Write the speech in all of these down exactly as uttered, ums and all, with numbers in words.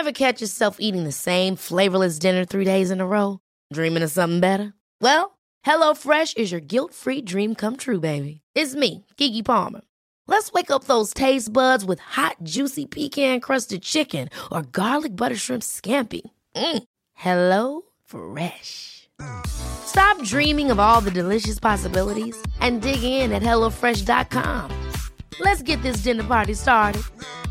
Ever catch yourself eating the same flavorless dinner three days in a row? Dreaming of something better? Well, HelloFresh is your guilt-free dream come true, baby. It's me, Keke Palmer. Let's wake up those taste buds with hot, juicy pecan-crusted chicken or garlic butter shrimp scampi. Mm. Hello Fresh. Stop dreaming of all the delicious possibilities and dig in at hello fresh dot com. Let's get this dinner party started.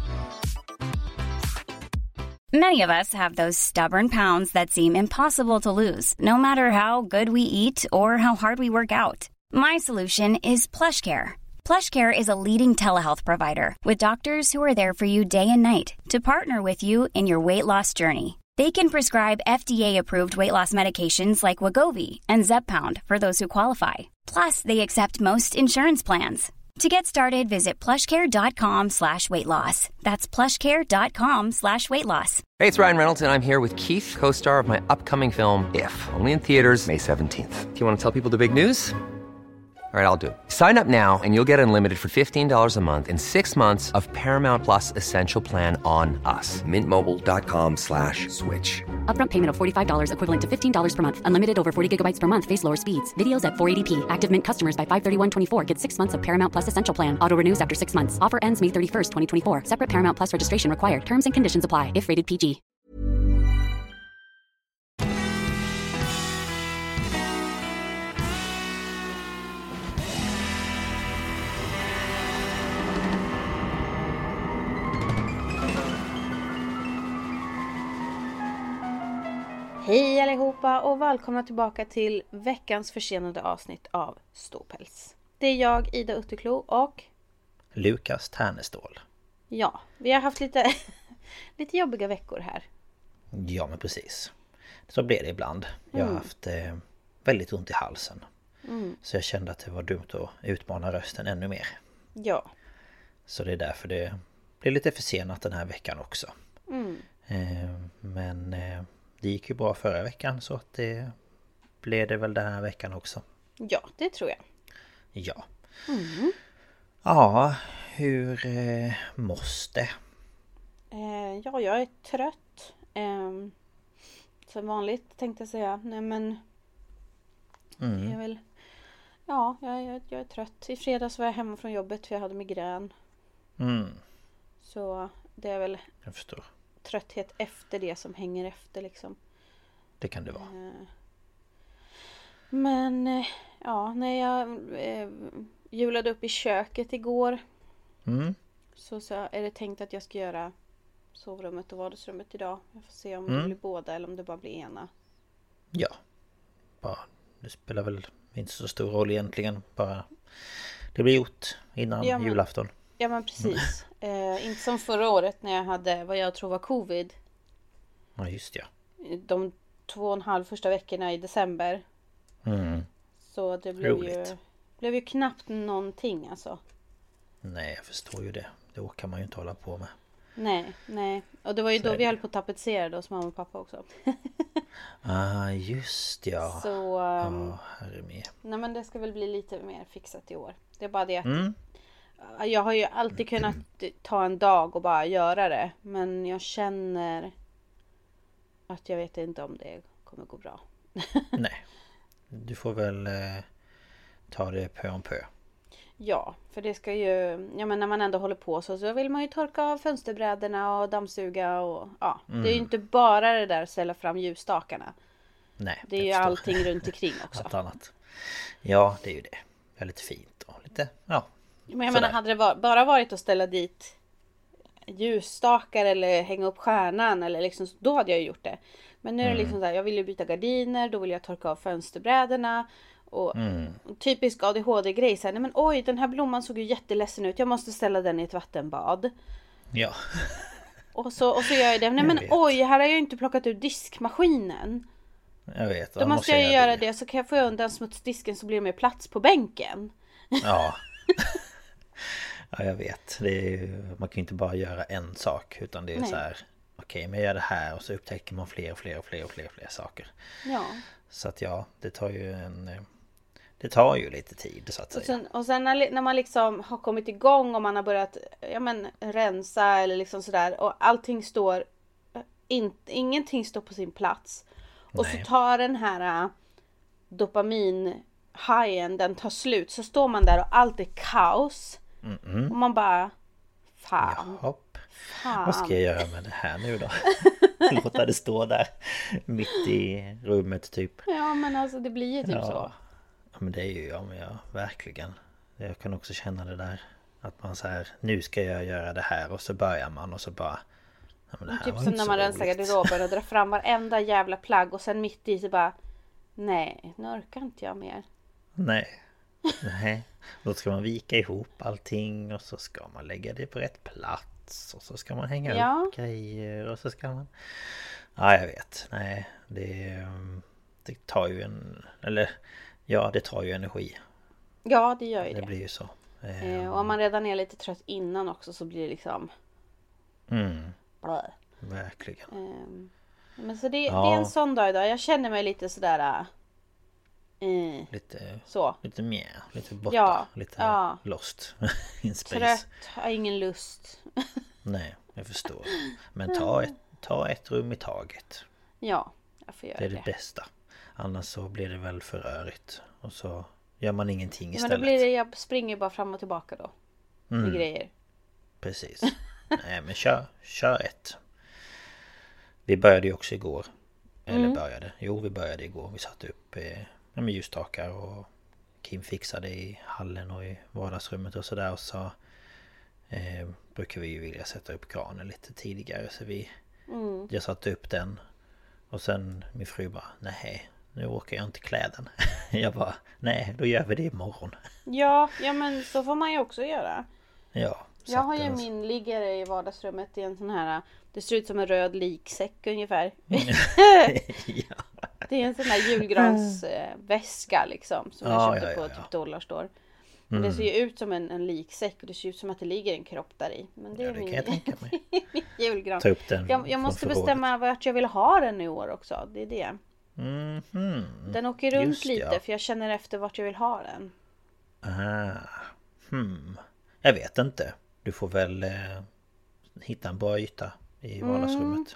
Many of us have those stubborn pounds that seem impossible to lose, no matter how good we eat or how hard we work out. My solution is PlushCare. PlushCare is a leading telehealth provider with doctors who are there for you day and night to partner with you in your weight loss journey. They can prescribe F D A-approved weight loss medications like Wegovy and Zepbound for those who qualify. Plus, they accept most insurance plans. To get started, visit plushcare.com slash weight loss. That's plushcare.com slash weight loss. Hey, it's Ryan Reynolds, and I'm here with Keith, co-star of my upcoming film, If, only in theaters May seventeenth. Do you want to tell people the big news? All right, I'll do it. Sign up now and you'll get unlimited for fifteen dollars a month and six months of Paramount Plus Essential Plan on us. Mint Mobile dot com slash switch. Upfront payment of forty-five dollars equivalent to fifteen dollars per month. Unlimited over forty gigabytes per month. Face lower speeds. Videos at four eighty p. Active Mint customers by five thirty-one twenty-four get six months of Paramount Plus Essential Plan. Auto renews after six months. Offer ends May thirty-first, twenty twenty-four. Separate Paramount Plus registration required. Terms and conditions apply if rated P G. Hej allihopa och välkomna tillbaka till veckans försenade avsnitt av Ståpäls. Det är jag, Ida Utterklo och Lukas Tärnestål. Ja, vi har haft lite, lite jobbiga veckor här. Ja, men precis. Så blir det ibland. Jag har Mm. haft eh, väldigt ont i halsen. Mm. Så jag kände att det var dumt att utmana rösten ännu mer. Ja. Så det är därför det blir lite försenat den här veckan också. Mm. Eh, men eh, det gick ju bra förra veckan, så att det blev det väl den här veckan också. Ja, det tror jag. Ja. Mm. Ja, hur eh, måste? Eh, ja, jag är trött. Eh, som vanligt tänkte jag säga. Nej men... Mm. Jag är väl... Ja, jag, jag, jag är trött. I fredags var jag hemma från jobbet för jag hade migrän. Mm. Så det är väl Jag förstår. trötthet efter det som hänger efter liksom. Det kan det vara. Eh, Men eh, ja, när jag eh, julade upp i köket igår Mm. så, så är det tänkt att jag ska göra sovrummet och vardagsrummet idag. Jag får se om Mm. det blir båda eller om det bara blir ena. Ja. Bara, det spelar väl inte så stor roll egentligen. Bara det blir gjort innan Ja, men- julafton. Ja men precis. Eh, inte som förra året när jag hade vad jag tror var covid. Ja, just ja. De två och en halv första veckorna i december. Mm. Så det blev ju, Roligt. blev ju knappt någonting alltså. Nej, jag förstår ju det. Det orkar man ju inte hålla på med. Nej, nej. Och det var ju Så då är vi det. höll på att tapetsera hos mamma och pappa också. Ah, just ja. Så, um, Ja, herre med. nej men det ska väl bli lite mer fixat i år. Det är bara det att Mm. jag har ju alltid kunnat ta en dag och bara göra det. Men jag känner att jag vet inte om det kommer gå bra. Nej. Du får väl eh, ta det pö om pö. Ja, för det ska ju, ja men när man ändå håller på så, så vill man ju torka av fönsterbrädorna och dammsuga och ja. Det är ju Mm. inte bara det där att ställa fram ljusstakarna. Nej, Det är jag ju förstår. allting runt omkring också. Allt annat. Ja, det är ju det. Det är lite fint och lite, ja. Men jag Sådär. menar, hade det var, bara varit att ställa dit ljusstakar eller hänga upp stjärnan eller liksom, då hade jag ju gjort det. Men nu är det Mm. liksom så här, jag vill ju byta gardiner, då vill jag torka av fönsterbrädorna och Mm. typisk A D H D-grej så här, nej men oj, den här blomman såg ju jätteledsen ut, jag måste ställa den i ett vattenbad. Ja. Och så, och så gör jag det, nej Jag men vet. oj, här har jag ju inte plockat ut diskmaskinen. Jag vet. Då måste jag ju göra det, så kan jag få undan smutsdisken så blir det mer plats på bänken. Ja. Ja, jag vet. Det är, ju- man kan ju inte bara göra en sak, utan det är Nej. så här. Okej, men jag gör det här och så upptäcker man fler och fler och fler och fler och fler saker. Ja. Så att ja, det tar ju en... eh, Det tar ju lite tid, så att Och säga. sen, och sen när, när man liksom har kommit igång och man har börjat ja, men, rensa eller liksom sådär och allting står in, ingenting står på sin plats. Och Nej. så tar den här uh, dopamin-hajen, den tar slut. Så står man där och allt är kaos. Mm-mm. Och man bara, fan. Jahopp. fan. Vad ska jag göra med det här nu då? Låta det stå där mitt i rummet typ. Ja, men alltså det blir ju typ ja. så. Ja, men det är ju, ja men jag, verkligen. Jag kan också känna det där. Att man så här, nu ska jag göra det här. Och så börjar man och så bara... Ja, men det här Typ var som inte när så man rensar roligt. garderoben och drar fram varenda jävla plagg. Och sen mitt i så bara, nej, nu orkar inte jag mer. Nej. Nej. Då ska man vika ihop allting. Och så ska man lägga det på rätt plats. Och så ska man hänga Ja. upp grejer. Och så ska man... Ja, jag vet. Nej, det, det tar ju en... Eller, ja, det tar ju energi. Ja, det gör ju Det det. blir ju så. Eh, och om man redan är lite trött innan också så blir det liksom... Mm, Blä. verkligen. Eh, men så det, Ja. det är en sån dag idag. Jag känner mig lite sådär... Eh, Lite, så. lite mer, lite borta. Ja, lite ja. lost in space. Trött, har ingen lust. Nej, jag förstår. Men ta ett, ta ett rum i taget. Ja, jag får göra Det är det. det bästa. Annars så blir det väl för rörigt. Och så gör man ingenting Men istället. då blir det, jag springer bara fram och tillbaka då. Med Mm. grejer. Precis. Nej men kör, kör ett. Vi började ju också igår. Eller Mm. började. Jo vi började igår. Vi satte upp eh, ja, med ljusstakar och Kim fixade i hallen och i vardagsrummet och sådär. Och så eh, brukar vi ju vilja sätta upp kranen lite tidigare. Så vi, Mm. jag satte upp den. Och sen min fru bara, nej nu orkar jag inte klä den. Jag bara, nej då gör vi det imorgon. Ja, ja men så får man ju också göra. Ja. så Jag att har ju den- min liggare i vardagsrummet i en sån här, det ser ut som en röd liksäck ungefär. ja. Det är en sån här julgransväska liksom som Ja, jag köpte ja, på ja, ja. typ Dollarstore. Men det ser ju ut som en, en liksäck och det ser ut som att det ligger en kropp där i. Men det är Ja, det min, kan jag tänka mig. min julgran. Ta upp den Jag, jag från måste förrådet. bestämma vart jag vill ha den i år också. Det är det. Mhm. Den åker runt Just lite ja. för jag känner efter vart jag vill ha den. Ah. Hmm. Jag vet inte. Du får väl eh, hitta en bra yta i vardagsrummet.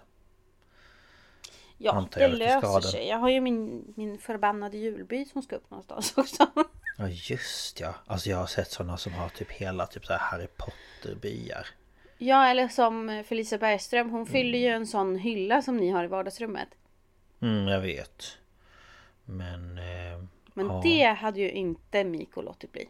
Ja, Antar det jag att du ska ha löser den. sig. Jag har ju min, min förbannade julby som ska upp någonstans också. Ja just ja. Alltså jag har sett sådana som har typ hela typ så här Harry Potter-byar. Ja, eller som Felicia Bergström. Hon fyller ju en sån hylla som ni har i vardagsrummet. Mm, jag vet. Men... Eh, Men ja. det hade ju inte Miko låtit bli.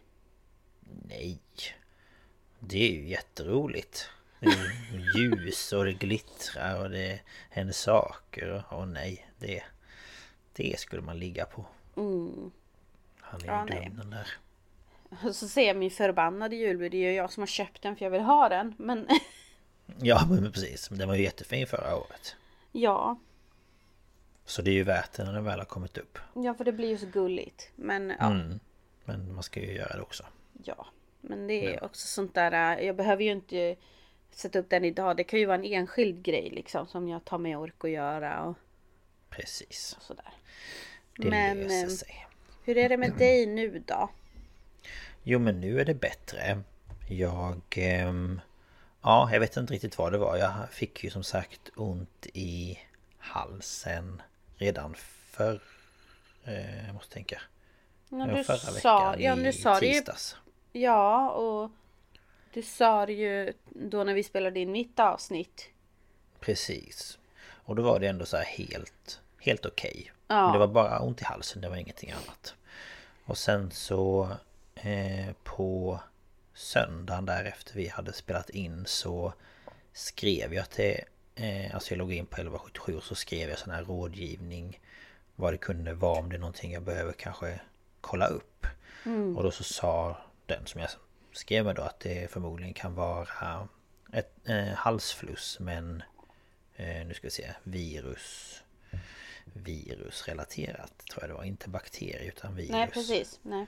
Nej. Det är ju jätteroligt. Det är ljus och det glittrar och det händer saker. Och nej, det, det skulle man ligga på. Mm. Han är Ja, ju nej. dum den där. Och så ser jag min förbannade julby. Det är ju jag som har köpt den för jag vill ha den. Men Ja men precis. Den var ju jättefin förra året. ja. Så det är ju värt det när den väl har kommit upp. Ja, för det blir ju så gulligt. Men ja. Mm. Men man ska ju göra det också. Ja. Men det är också sånt där. Jag behöver ju inte sätta upp den idag. Det kan ju vara en enskild grej liksom. Som jag tar med ork att göra och Precis. sådär. Det Men löser eh, sig. hur är det med dig nu då? Jo men nu är det bättre. Jag... ehm, ja, jag vet inte riktigt vad det var. Jag fick ju som sagt ont i halsen redan för... Eh, jag måste tänka. Ja, Ja, du förra sa, veckan ja, i du sa det ju. tisdags. Ja, och du sa det ju då när vi spelade in mitt avsnitt. Precis. Och då var det ändå så här helt, helt okej. Ja. Men det var bara ont i halsen, det var ingenting annat. Och sen så eh, på söndagen därefter vi hade spelat in så skrev jag till, eh, alltså jag låg in på elva sjuttiosju och så skrev jag sån här rådgivning vad det kunde vara, om det är någonting jag behöver kanske kolla upp. Mm. Och då så sa den som jag skrev med då att det förmodligen kan vara ett eh, halsfluss, men eh, nu ska vi se, virus virusrelaterat tror jag det var, inte bakterier utan virus. Nej, precis. Nej.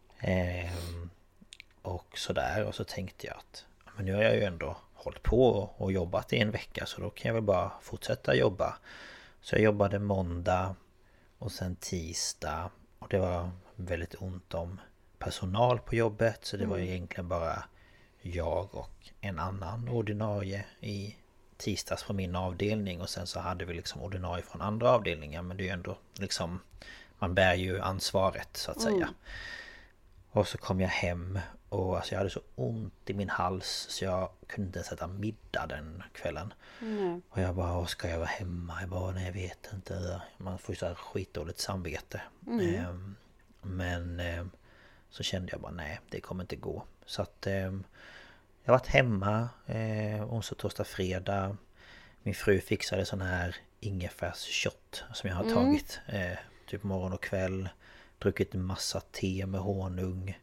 Ehm, och sådär, och så tänkte jag att men nu har jag ju ändå hållit på och jobbat i en vecka, så då kan jag väl bara fortsätta jobba. Så jag jobbade måndag och sen tisdag, och det var väldigt ont om personal på jobbet, så det var Mm. egentligen bara jag och en annan ordinarie i tisdags på min avdelning och sen så hade vi liksom ordinarie från andra avdelningar. Men det är ju ändå liksom, man bär ju ansvaret så att säga. Mm. Och så kom jag hem och alltså jag hade så ont i min hals så jag kunde inte ens äta middag den kvällen. Mm. Och jag bara, ska jag vara hemma? Jag bara, nej jag vet inte. Man får ju så här skitdåligt samvete. Mm. Ehm, men ehm, så kände jag bara, nej det kommer inte gå. Så att ehm, jag varit hemma eh, onsdag, torsdag, fredag. Min fru fixade sån här ingefärsshot som jag har mm. tagit eh, typ morgon och kväll. Druckit en massa te med honung.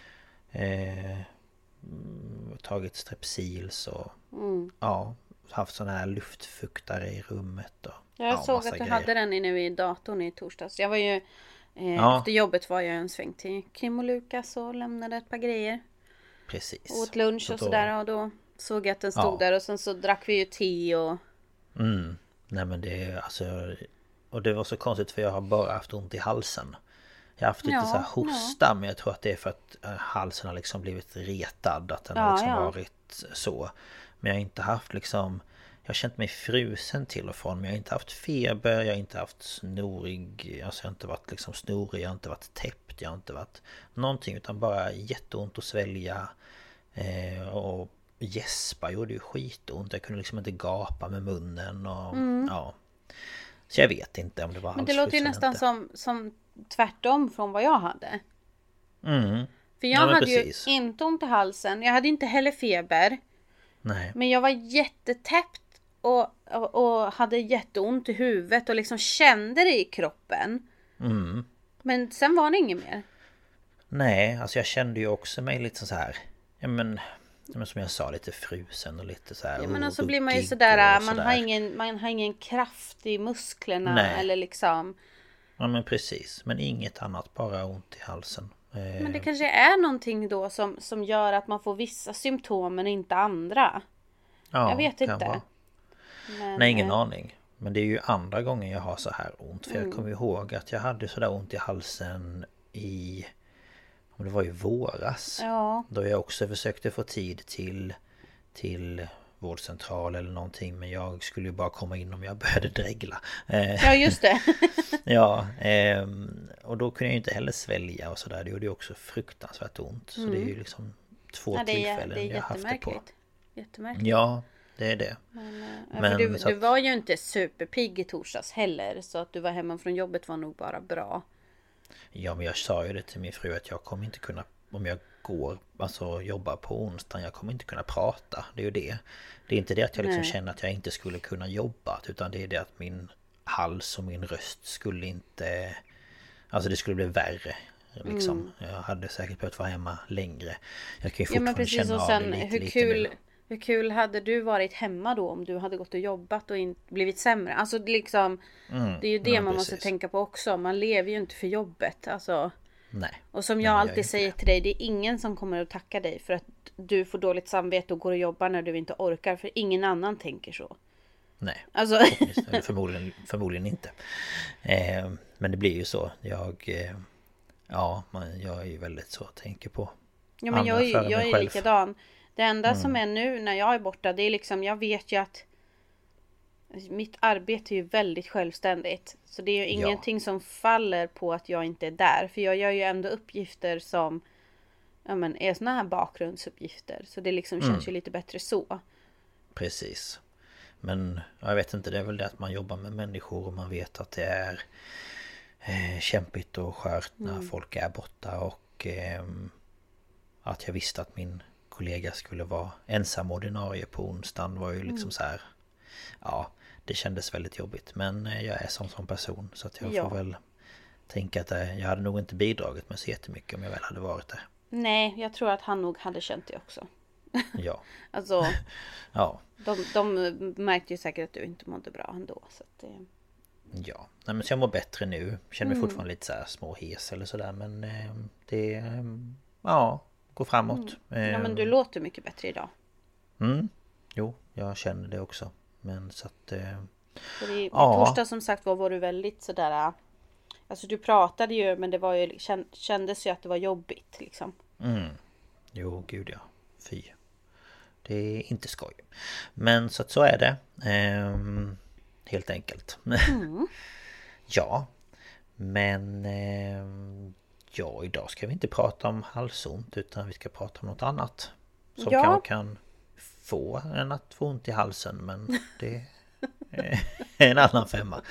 Eh, tagit strepsils och mm. ja, haft sån här luftfuktare i rummet. Och, jag ja, såg att du grejer. hade den inne vid datorn i torsdags. Jag var ju, eh, ja. efter jobbet var jag en sväng till Kim och Lukas och lämnade ett par grejer. Precis. Åt lunch och, och då, sådär och då såg jag att den stod ja. där och sen så drack vi ju te och... Mm, nej men det är alltså... Och det var så konstigt för jag har bara haft ont i halsen. Jag har haft lite ja, så här hosta ja. men jag tror att det är för att halsen har liksom blivit retad. Att den ja, har liksom ja. varit så. Men jag har inte haft liksom... Jag har känt mig frusen till och från. Men jag har inte haft feber, jag har inte haft snorig... Alltså jag har inte varit liksom snorig, jag har inte varit täppt, jag har inte varit någonting. Utan bara jätteont att svälja. Eh, och gäspa gjorde ju skitont. Jag kunde liksom inte gapa med munnen och mm. ja. Så jag vet inte om det var. Men det låter ju nästan som, som tvärtom från vad jag hade. Mm. För jag ja, hade precis. ju inte ont i halsen. Jag hade inte heller feber. Nej. Men jag var jättetäppt och, och, och hade jätteont i huvudet och liksom kände det i kroppen. Mm. Men sen var det inget mer. Nej, alltså jag kände ju också mig lite så här. Ja men, men som jag sa, lite frusen och lite så här. Ja men så blir man ju sådär, man har ingen man har ingen kraft i musklerna. Nej. Eller liksom. Ja men precis, men inget annat, bara ont i halsen. Men det kanske är någonting då som, som gör att man får vissa symptom men inte andra. Ja, jag vet inte. Vara. Men... Nej, ingen aning. Men det är ju andra gången jag har så här ont. För mm. jag kommer ihåg att jag hade så där ont i halsen i... Om det var i våras. Ja. Då jag också försökte få tid till, till vårdcentral eller någonting. Men jag skulle ju bara komma in om jag började dregla. Ja, just det. Ja, eh, och då kunde jag ju inte heller svälja och sådär. Det gjorde ju också fruktansvärt ont. Så mm. det är ju liksom två ja, det är, tillfällen det är jag haft det på. Jättemärkligt. Ja, det är det. Men, Men du, att... du var ju inte superpigg i torsdags heller. Så att du var hemma från jobbet var nog bara bra. Ja, men jag sa ju det till min fru att jag kommer inte kunna, om jag går, alltså jobbar på onsdagen, jag kommer inte kunna prata. Det är ju det. Det är inte det att jag liksom känner att jag inte skulle kunna jobba, utan det är det att min hals och min röst skulle inte, alltså det skulle bli värre. Liksom. Mm. Jag hade säkert behövt vara hemma längre. Jag kan ju fortfarande ja, men precis, känna och sen, av det lite, hur lite kul, nu. Hur kul hade du varit hemma då om du hade gått och jobbat och in, blivit sämre? Alltså liksom, mm, det är ju det ja, man precis. måste tänka på också. Man lever ju inte för jobbet. Alltså. Nej. Och som jag Nej, alltid jag säger till dig, det är ingen som kommer att tacka dig för att du får dåligt samvete och går och jobbar när du inte orkar. För ingen annan tänker så. Nej, alltså. förmodligen, förmodligen inte. Eh, men det blir ju så. Jag, eh, ja, man, jag är ju väldigt så, tänker på ja, men jag är, jag är likadan. Det enda mm. som är nu när jag är borta, det är liksom, jag vet ju att mitt arbete är ju väldigt självständigt. Så det är ju ingenting ja. som faller på att jag inte är där. För jag gör ju ändå uppgifter som ja, men, är såna här bakgrundsuppgifter. Så det liksom känns mm. ju lite bättre så. Precis. Men jag vet inte, det är väl det att man jobbar med människor och man vet att det är eh, kämpigt och skört när mm. folk är borta. Och eh, att jag visste att min kollega skulle vara ensam ordinarie på onsdagen var ju liksom mm. så här. Ja, det kändes väldigt jobbigt. Men jag är som som person så att jag ja. får väl tänka att jag hade nog inte bidragit med så jättemycket om jag väl hade varit där. Nej, jag tror att han nog hade känt det också. Ja. Alltså, ja. de, de märkte ju säkert att du inte mådde bra ändå. Så att det... Ja, nej, men så jag mår bättre nu. Känner mig mm. fortfarande lite så här småhes eller sådär. Men eh, det, eh, ja, går framåt. Mm. Ja, men du låter mycket bättre idag. Mm, jo, jag känner det också. Men så att... Eh, För i, ja. I torsdag som sagt var, var du väldigt sådär... Alltså du pratade ju, men det var ju, kändes ju att det var jobbigt liksom. Mm. Jo, gud ja. Fy. Det är inte skoj. Men så att så är det. Ehm, helt enkelt. Mm. Ja. Men ehm, ja, idag ska vi inte prata om halsont utan vi ska prata om något annat. Som ja. kanske kan få en att få ont i halsen, men det är en annan femma.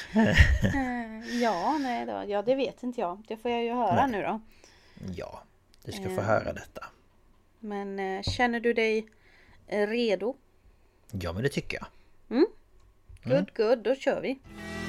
Ja, nej då. Ja, det vet inte jag. Det får jag ju höra nej. nu då. Ja, du ska få höra detta. Men eh, känner du dig redo? Ja, men det tycker jag. Mm. Good, mm. good. Då kör vi.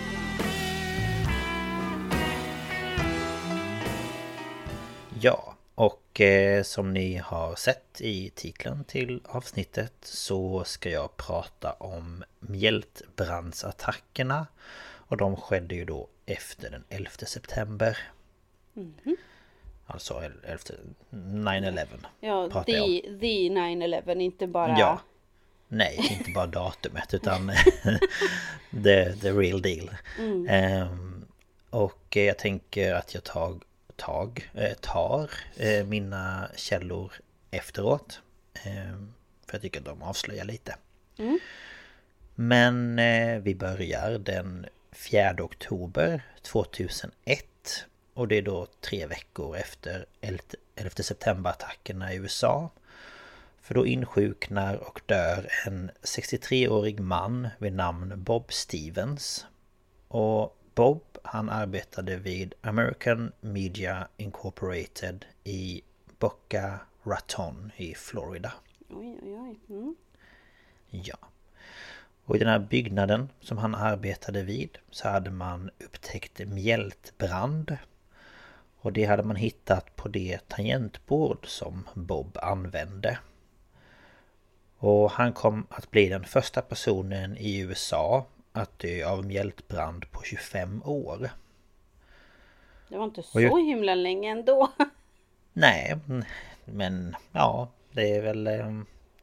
Ja, och eh, som ni har sett i titeln till avsnittet så ska jag prata om mjältbrandsattackerna. Och de skedde ju då efter den elfte september. Mm-hmm. Alltså efter nine eleven. Ja, the, the nine eleven, inte bara... Ja, nej, inte bara datumet utan the, the real deal. Mm. Um, och jag tänker att jag tag, tag, eh, tar eh, mina källor efteråt. Eh, för jag tycker att de avslöjar lite. Mm. Men eh, vi börjar den fjärde oktober tvåtusenett. Och det är då tre veckor efter elfte september-attackerna i U S A. För då insjuknar och dör en sextiotre-årig man vid namn Bob Stevens. Och Bob, han arbetade vid American Media Incorporated i Boca Raton i Florida. Oj, oj, oj. Mm. Ja. Och i den här byggnaden som han arbetade vid så hade man upptäckt mjältbrand. Och det hade man hittat på det tangentbord som Bob använde. Och han kom att bli den första personen i U S A att dö av mjältbrand på tjugofem år. Det var inte så ju... himla länge ändå. Nej, men ja, det är väl eh,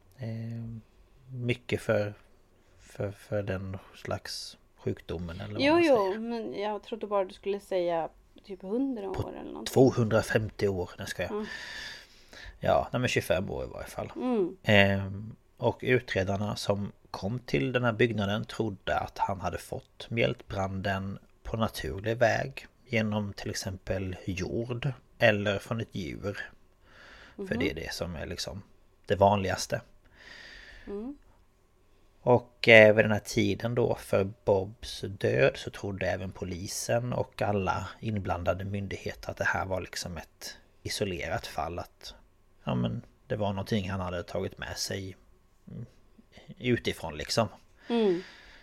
mycket för, för, för den slags sjukdomen. Eller jo, jo, men jag trodde bara du skulle säga typ hundra år eller någonting. tvåhundrafemtio år, det ska jag. Mm. Ja, nej, men tjugofem år i varje fall. Mm. Ehm, och utredarna som kom till den här byggnaden trodde att han hade fått mjältbranden på naturlig väg genom till exempel jord eller från ett djur. Mm. För det är det som är liksom det vanligaste. Mm. Och eh, vid den här tiden då för Bobs död så trodde även polisen och alla inblandade myndigheter att det här var liksom ett isolerat fall. Att ja, men det var någonting han hade tagit med sig utifrån liksom. Mm.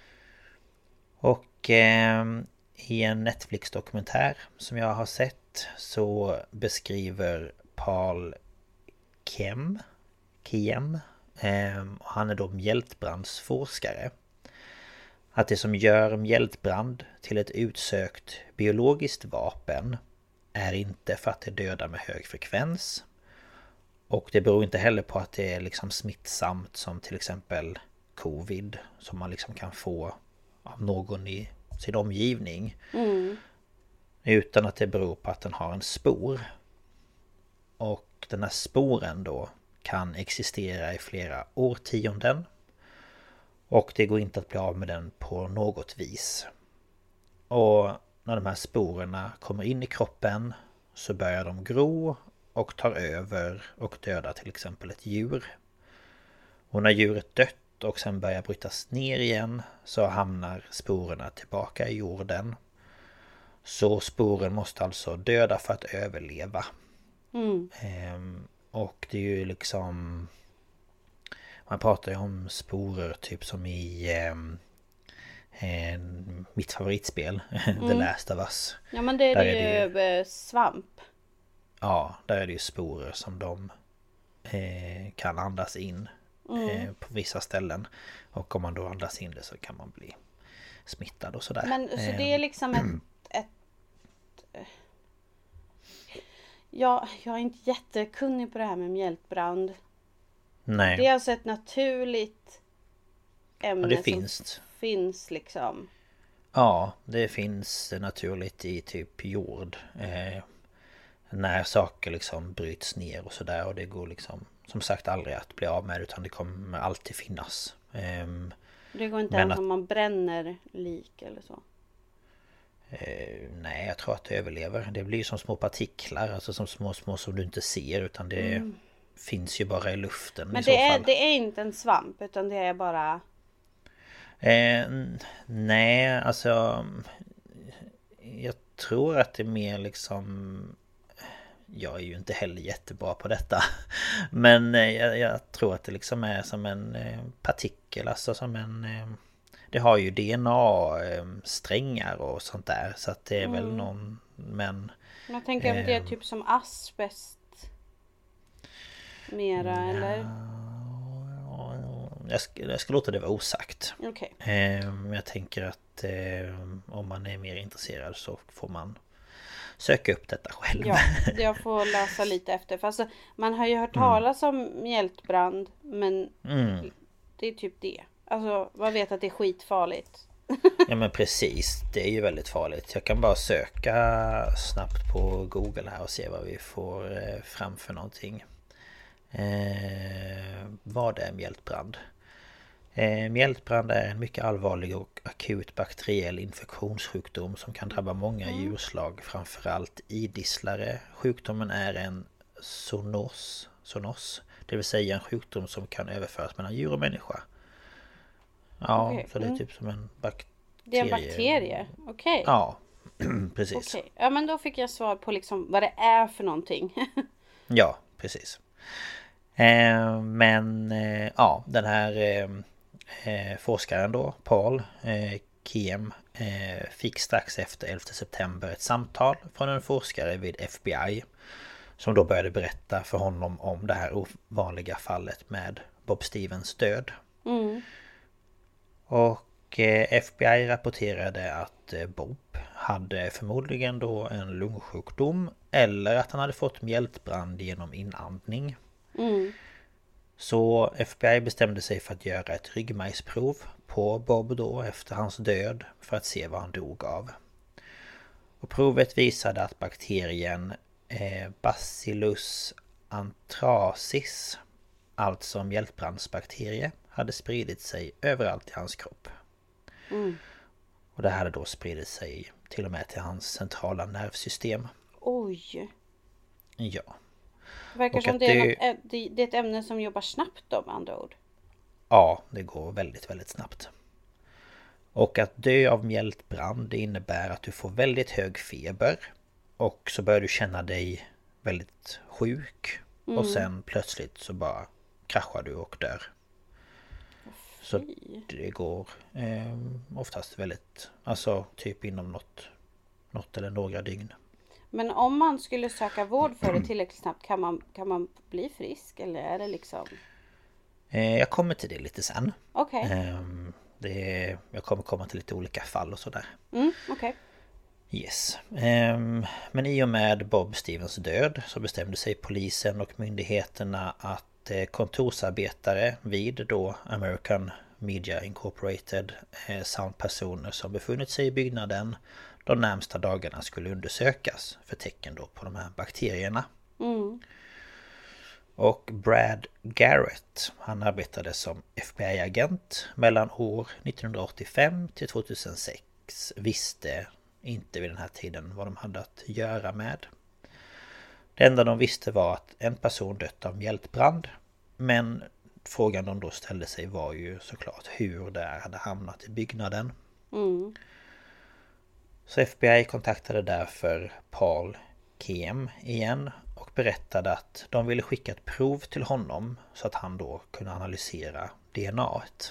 Och eh, i en Netflix-dokumentär som jag har sett så beskriver Paul Kiem Kiem eh, och han är då mjältbrandsforskare att det som gör mjältbrand till ett utsökt biologiskt vapen är inte för att det dödar med hög frekvens. Och det beror inte heller på att det är liksom smittsamt som till exempel covid som man liksom kan få av någon i sin omgivning. Mm. Utan att det beror på att den har en spor. Och den här sporen då kan existera i flera årtionden. Och det går inte att bli av med den på något vis. Och när de här sporerna kommer in i kroppen så börjar de gro och tar över och dödar till exempel ett djur. Och när djuret dött och sen börjar brytas ner igen så hamnar sporerna tillbaka i jorden. Så sporen måste alltså döda för att överleva. Mm. Ehm, och det är ju liksom... Man pratar ju om sporer typ som i eh, mitt favoritspel, mm. The Last of Us. Ja, men det är, det är det ju svamp. Ja, där är det ju sporer som de eh, kan andas in mm. eh, på vissa ställen. Och om man då andas in det så kan man bli smittad och sådär. Men så det är liksom ett... ett ja, jag är inte jättekunnig på det här med mjältbrand. Nej. Det är alltså ett naturligt ämne ja, det som finns. finns liksom. Ja, det finns naturligt i typ jord. Eh, när saker liksom bryts ner och sådär och det går liksom som sagt aldrig att bli av med, utan det kommer alltid finnas. Um, det går inte ens att... om man bränner lik eller så? Uh, nej, jag tror att det överlever. Det blir ju som små partiklar, alltså som små små som du inte ser, utan det mm. finns ju bara i luften. Men i det, så är, fall. det är inte en svamp, utan det är bara... Uh, nej, alltså... Jag tror att det är mer liksom... Jag är ju inte heller jättebra på detta. Men jag, jag tror att det liksom är som en partikel, alltså som en... Det har ju D N A-strängar och sånt där. Så att det är mm. väl någon... Men... Jag tänker att det är typ som asbest. Mera, ja, eller? Jag ska, jag ska låta det vara osagt. Okej. Okay. Jag tänker att om man är mer intresserad så får man söka upp detta själv. Ja, jag får läsa lite efter. För alltså, man har ju hört talas mm. om mjältbrand, men mm. det är typ det. Alltså, man vet att det är skitfarligt. Ja, men precis. Det är ju väldigt farligt. Jag kan bara söka snabbt på Google här och se vad vi får fram för någonting. Eh, vad är mjältbrand? Eh, mjältbrand är en mycket allvarlig och akut bakteriell infektionssjukdom som kan drabba många mm. djurslag, framförallt idisslare. Sjukdomen är en zoonos, zoonos, det vill säga en sjukdom som kan överföras mellan djur och människa. Ja, okay. Så det är mm. typ som en bakterie. Det är en bakterie, okej. Okay. Ja, precis. Okay. Ja, men då fick jag svar på liksom vad det är för någonting. Ja, precis. Eh, men eh, ja, den här eh, forskaren då, Paul eh, Kiem, eh, fick strax efter elfte september ett samtal från en forskare vid F B I som då började berätta för honom om det här ovanliga fallet med Bob Stevens död. Mm. Och eh, F B I rapporterade att eh, Bob hade förmodligen då en lungsjukdom eller att han hade fått mjältbrand genom inandning. Mm. Så F B I bestämde sig för att göra ett ryggmärgsprov på Bob då efter hans död för att se vad han dog av. Och provet visade att bakterien eh, Bacillus anthracis, alltså mjältbrandsbakterie, hade spridit sig överallt i hans kropp. Mm. Och det hade då spridit sig till och med till hans centrala nervsystem. Oj! Ja. Det verkar som det är, det... Något, det är ett ämne som jobbar snabbt då, med andra ord. Ja, det går väldigt, väldigt snabbt. Och att dö av mjältbrand, det innebär att du får väldigt hög feber. Och så börjar du känna dig väldigt sjuk. Mm. Och sen plötsligt så bara kraschar du och dör. Så det går eh, oftast väldigt, alltså typ inom något, något eller några dygn. Men om man skulle söka vård för det tillräckligt snabbt, kan man, kan man bli frisk? Eller är det liksom... Eh, jag kommer till det lite sen. Okej. Okay. Eh, det, jag kommer komma till lite olika fall och sådär. Mm, okej. Okay. Yes. Eh, men i och med Bob Stevens död så bestämde sig polisen och myndigheterna att eh, kontorsarbetare vid då American Media Incorporated eh, samt personer som befunnit sig i byggnaden de närmsta dagarna skulle undersökas för tecken då på de här bakterierna. Mm. Och Brad Garrett, han arbetade som F B I-agent mellan år nittonhundraåttiofem till tvåtusensex, visste inte vid den här tiden vad de hade att göra med. Det enda de visste var att en person dött av mjältbrand, men frågan de då ställde sig var ju såklart hur det hade hamnat i byggnaden. Mm. Så F B I kontaktade därför Paul Kiem igen och berättade att de ville skicka ett prov till honom så att han då kunde analysera D N A-et.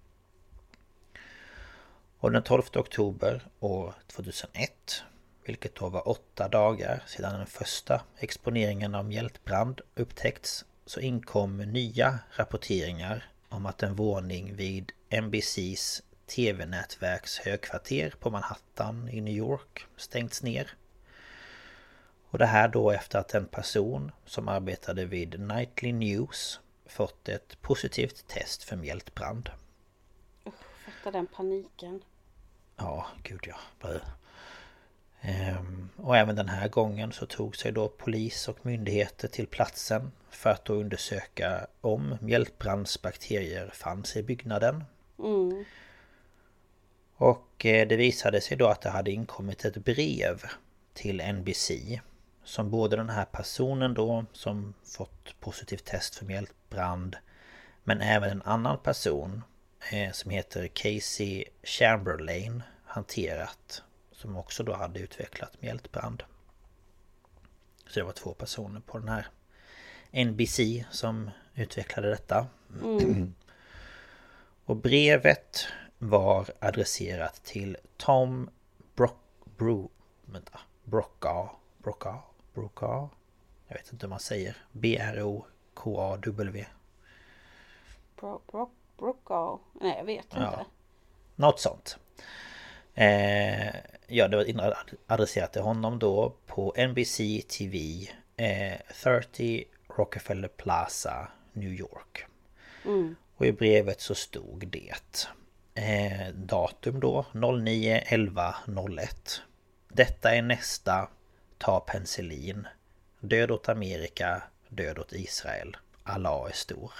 Och den tolfte oktober år tvåtusenett, vilket då var åtta dagar sedan den första exponeringen av mjältbrand upptäckts, så inkom nya rapporteringar om att en våning vid N B C:s tv-nätverks högkvarter på Manhattan i New York stängts ner. Och det här då efter att en person som arbetade vid Nightly News fått ett positivt test för mjältbrand. Usch, fatta den paniken. Ja, gud ja. Ehm, och även den här gången så tog sig då polis och myndigheter till platsen för att då undersöka om mjältbrandsbakterier fanns i byggnaden. Mm. Och eh, det visade sig då att det hade inkommit ett brev till N B C som både den här personen då som fått positivt test för mjältbrand, men även en annan person eh, som heter Casey Chamberlain hanterat, som också då hade utvecklat mjältbrand. Så det var två personer på den här N B C som utvecklade detta. Mm. Och brevet var adresserat till Tom Brock, Bro, vänta, Brokaw, Brokaw, Brokaw. Jag vet inte hur man säger. B R O K A W. Bro, bro, Brokaw. Nej, jag vet ja, inte. Något sånt. Eh, ja, det var adresserat till honom då på N B C T V eh, trettio Rockefeller Plaza, New York. Mm. Och i brevet så stod det eh, datum då nio elva noll ett. Detta är nästa, ta penicillin. Död åt Amerika, död åt Israel. Allah är stor.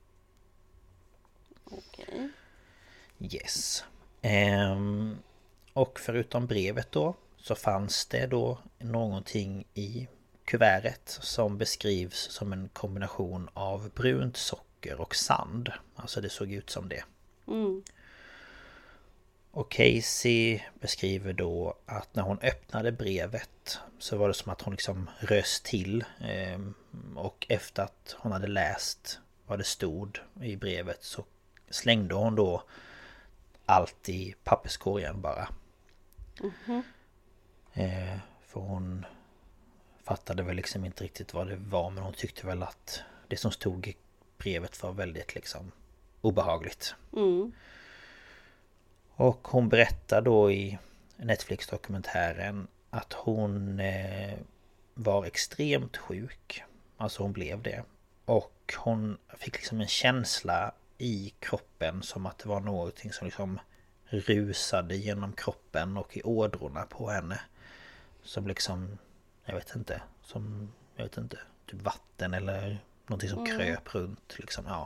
Okej. Okay. Yes. Ehm, och förutom brevet då så fanns det då någonting i kuvertet som beskrivs som en kombination av brunt socker och sand. Alltså det såg ut som det. Mm. Och Casey beskriver då att när hon öppnade brevet så var det som att hon liksom rös till. Och efter att hon hade läst vad det stod i brevet så slängde hon då allt i papperskorgen bara. Mm-hmm. För hon fattade väl liksom inte riktigt vad det var, men hon tyckte väl att det som stod i brevet var väldigt liksom obehagligt. Mm. Och hon berättar då i Netflix-dokumentären att hon eh, var extremt sjuk. Alltså hon blev det. Och hon fick liksom en känsla i kroppen som att det var någonting som liksom rusade genom kroppen och i ådrorna på henne. Som liksom, jag vet inte, som, jag vet inte, typ vatten eller någonting som mm. kröp runt liksom, ja.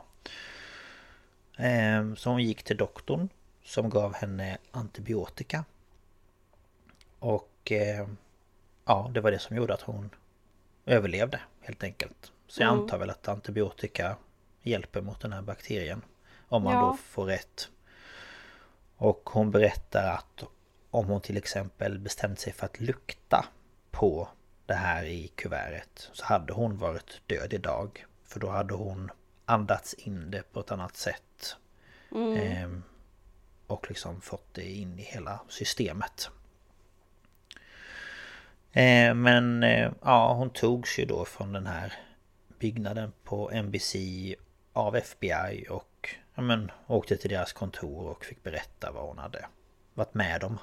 Eh, så hon gick till doktorn som gav henne antibiotika. Och eh, ja, det var det som gjorde att hon överlevde helt enkelt. Så jag mm. antar väl att antibiotika hjälper mot den här bakterien. Om man ja. då får rätt. Och hon berättar att om hon till exempel bestämt sig för att lukta på det här i kuvertet så hade hon varit död idag. För då hade hon andats in det på ett annat sätt. Mm. Eh, och liksom fått det in i hela systemet. Eh, men eh, ja, hon togs ju då från den här byggnaden på N B C av F B I och ja, men, åkte till deras kontor och fick berätta vad hon hade varit med om.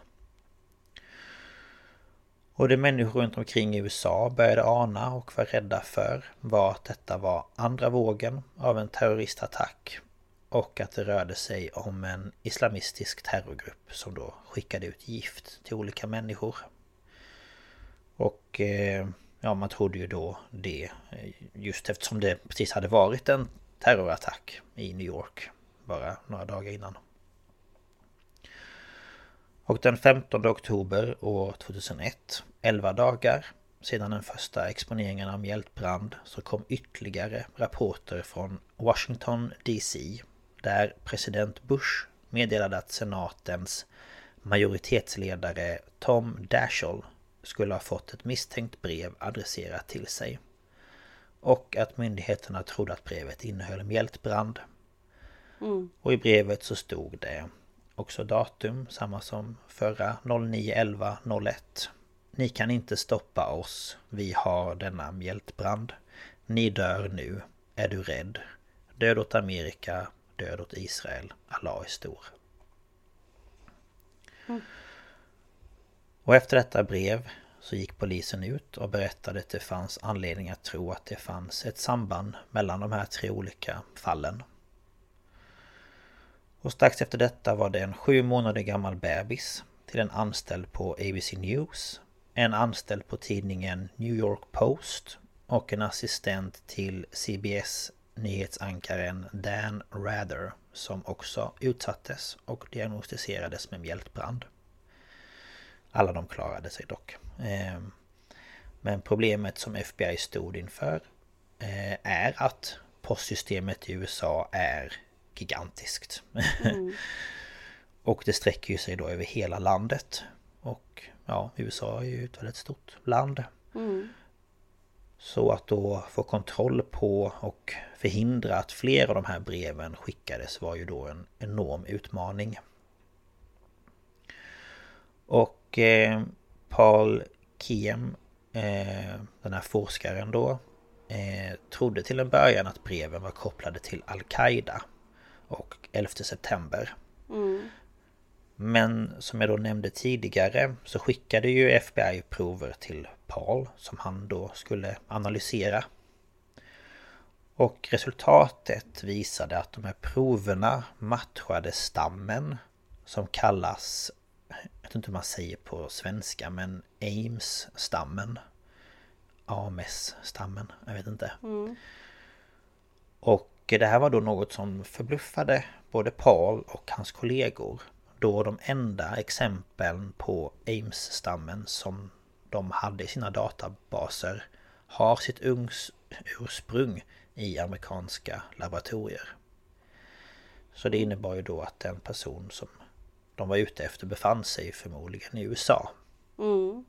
Och det människor runt omkring i U S A började ana och var rädda för var att detta var andra vågen av en terroristattack. Och att det rörde sig om en islamistisk terrorgrupp som då skickade ut gift till olika människor. Och eh, ja, man trodde ju då det just eftersom det precis hade varit en terrorattack i New York bara några dagar innan. Och den femtonde oktober år tjugohundraett, elva dagar sedan den första exponeringen av mjältbrand, så kom ytterligare rapporter från Washington D C där president Bush meddelade att senatens majoritetsledare Tom Daschle skulle ha fått ett misstänkt brev adresserat till sig. Och att myndigheterna trodde att brevet innehöll mjältbrand. Mm. Och i brevet så stod det också datum, samma som förra, nio elva noll ett. Ni kan inte stoppa oss, vi har denna mjältbrand. Ni dör nu, är du rädd? Död åt Amerika, död åt Israel, Allah är stor. Mm. Och efter detta brev så gick polisen ut och berättade att det fanns anledning att tro att det fanns ett samband mellan de här tre olika fallen. Och strax efter detta var det en sju månader gammal bebis till en anställd på A B C News en anställd på tidningen New York Post och en assistent till C B S-nyhetsankaren Dan Rather som också utsattes och diagnostiserades med mjältbrand. Alla de klarade sig dock. Men problemet som F B I stod inför är att postsystemet i U S A är gigantiskt. Mm. Och det sträcker ju sig då över hela landet. Och ja, U S A är ju ett väldigt stort land. Mm. Så att då få kontroll på och förhindra att fler av de här breven skickades var ju då en enorm utmaning. Och eh, Paul Kiem, eh, den här forskaren då, eh, trodde till en början att breven var kopplade till Al-Qaida och elfte september. Mm. Men som jag då nämnde tidigare så skickade ju F B I prover till Paul som han då skulle analysera. Och resultatet visade att de här proverna matchade stammen som kallas, jag vet inte hur man säger på svenska, men Ames-stammen. A M S-stammen, jag vet inte. Mm. Och det här var då något som förbluffade både Paul och hans kollegor. Då de enda exemplen på Ames-stammen som de hade i sina databaser har sitt ursprung i amerikanska laboratorier. Så det innebar ju då att den person som de var ute efter befann sig förmodligen i U S A. Mm.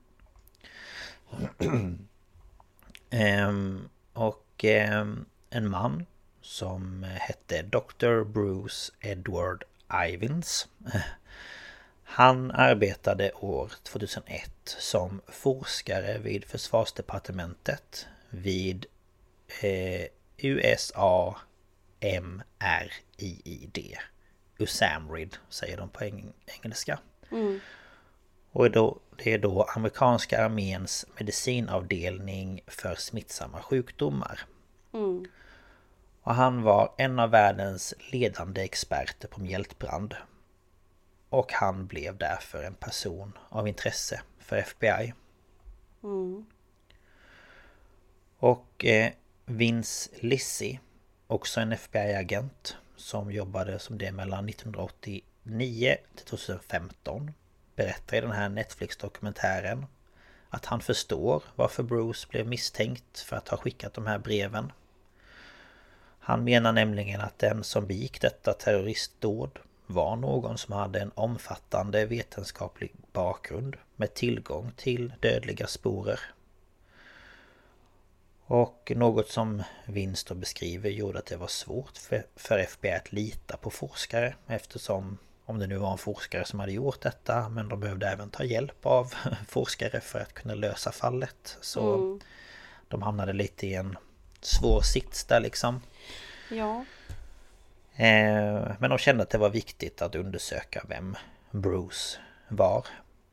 ehm, och ehm, en man som hette doktor Bruce Edward Ivins. Han arbetade år tjugohundraett som forskare vid försvarsdepartementet vid eh, U S A M R I I D. U S A M R I D säger de på eng- engelska. Mm. Och då, det är då amerikanska arméns medicinavdelning för smittsamma sjukdomar. Mm. Och han var en av världens ledande experter på mjältbrand. Och han blev därför en person av intresse för F B I. Mm. Och eh, Vince Lissi, också en F B I-agent som jobbade som det mellan nittonhundraåttionio till tjugohundrafemton, berättar i den här Netflix-dokumentären att han förstår varför Bruce blev misstänkt för att ha skickat de här breven. Han menar nämligen att den som begick detta terroristdåd var någon som hade en omfattande vetenskaplig bakgrund med tillgång till dödliga sporer. Och något som Vince då beskriver gjorde att det var svårt för, för F B I att lita på forskare, eftersom om det nu var en forskare som hade gjort detta, men de behövde även ta hjälp av forskare för att kunna lösa fallet. Så mm. de hamnade lite i en svår sits där liksom. Ja. Eh, men de kände att det var viktigt att undersöka vem Bruce var.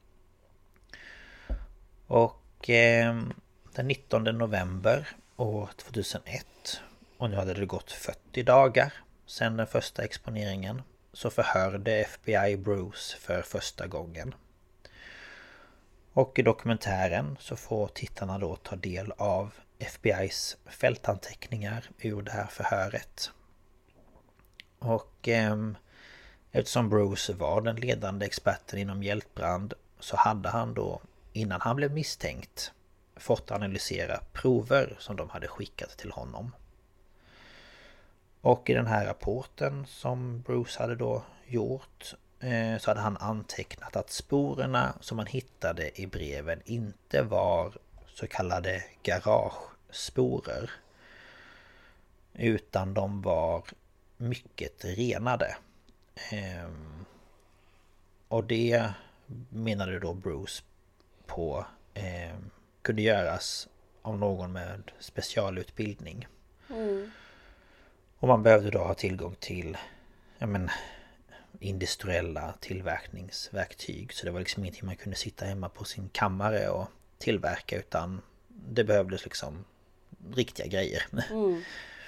Och eh, den nittonde november år tjugohundraett, och nu hade det gått fyrtio dagar sedan den första exponeringen, så förhörde F B I Bruce för första gången. Och i dokumentären så får tittarna då ta del av F B I:s fältanteckningar ur det här förhöret. Och eh, eftersom Bruce var den ledande experten inom mjältbrand så hade han då, innan han blev misstänkt, fått analysera prover som de hade skickat till honom. Och i den här rapporten som Bruce hade då gjort eh, så hade han antecknat att sporerna som man hittade i breven inte var så kallade garagesporer, utan de var mycket renade. Ehm, och det menade då Bruce på eh, kunde göras av någon med specialutbildning. Mm. Och man behövde då ha tillgång till ja men, industriella tillverkningsverktyg. Så det var liksom ingenting man kunde sitta hemma på sin kammare och tillverka, utan det behövdes liksom riktiga grejer. Mm.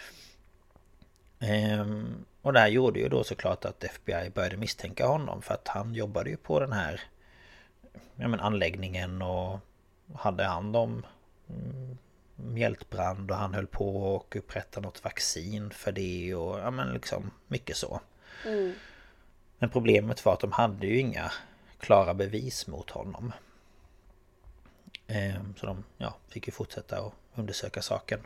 ehm, och det här gjorde ju då såklart att F B I började misstänka honom, för att han jobbade ju på den här ja men, anläggningen och hade hand om mm, mjältbrand och han höll på att upprätta något vaccin för det och ja men liksom mycket så. Mm. Men problemet var att de hade ju inga klara bevis mot honom. Eh, så de ja, fick ju fortsätta att undersöka saken.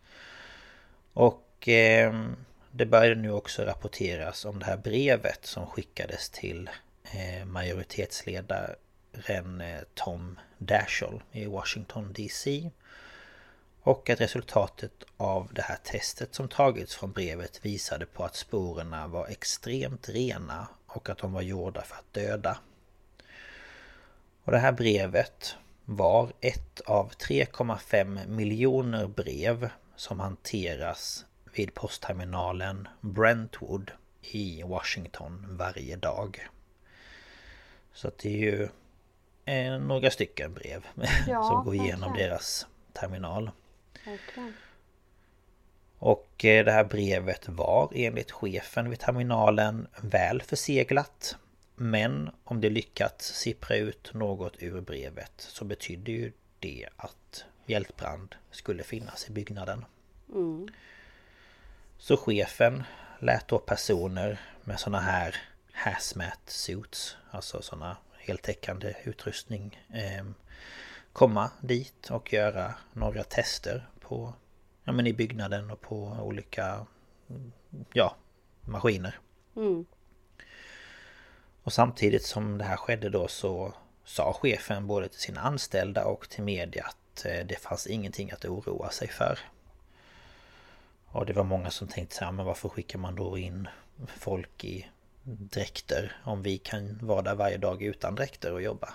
Och eh, det började nu också rapporteras om det här brevet som skickades till eh, majoritetsledaren eh, Tom Daschle i Washington D C. Och att resultatet av det här testet som tagits från brevet visade på att sporerna var extremt rena och att de var gjorda för att döda. Och det här brevet var ett av tre komma fem miljoner brev som hanteras vid postterminalen Brentwood i Washington varje dag. Så att det är ju eh, några stycken brev ja, som går igenom okay. deras terminal. Okay. Och eh, det här brevet var enligt chefen vid terminalen väl förseglat. Men om det lyckats sippra ut något ur brevet så betydde ju det att mjältbrand skulle finnas i byggnaden. Mm. Så chefen lät då personer med såna här hazmat suits, alltså såna heltäckande utrustning, eh, komma dit och göra några tester på, ja, men i byggnaden och på olika ja, maskiner. Mm. Och samtidigt som det här skedde då så sa chefen både till sina anställda och till media att det fanns ingenting att oroa sig för. Och det var många som tänkte så här, men varför skickar man då in folk i dräkter om vi kan vara där varje dag utan dräkter och jobba?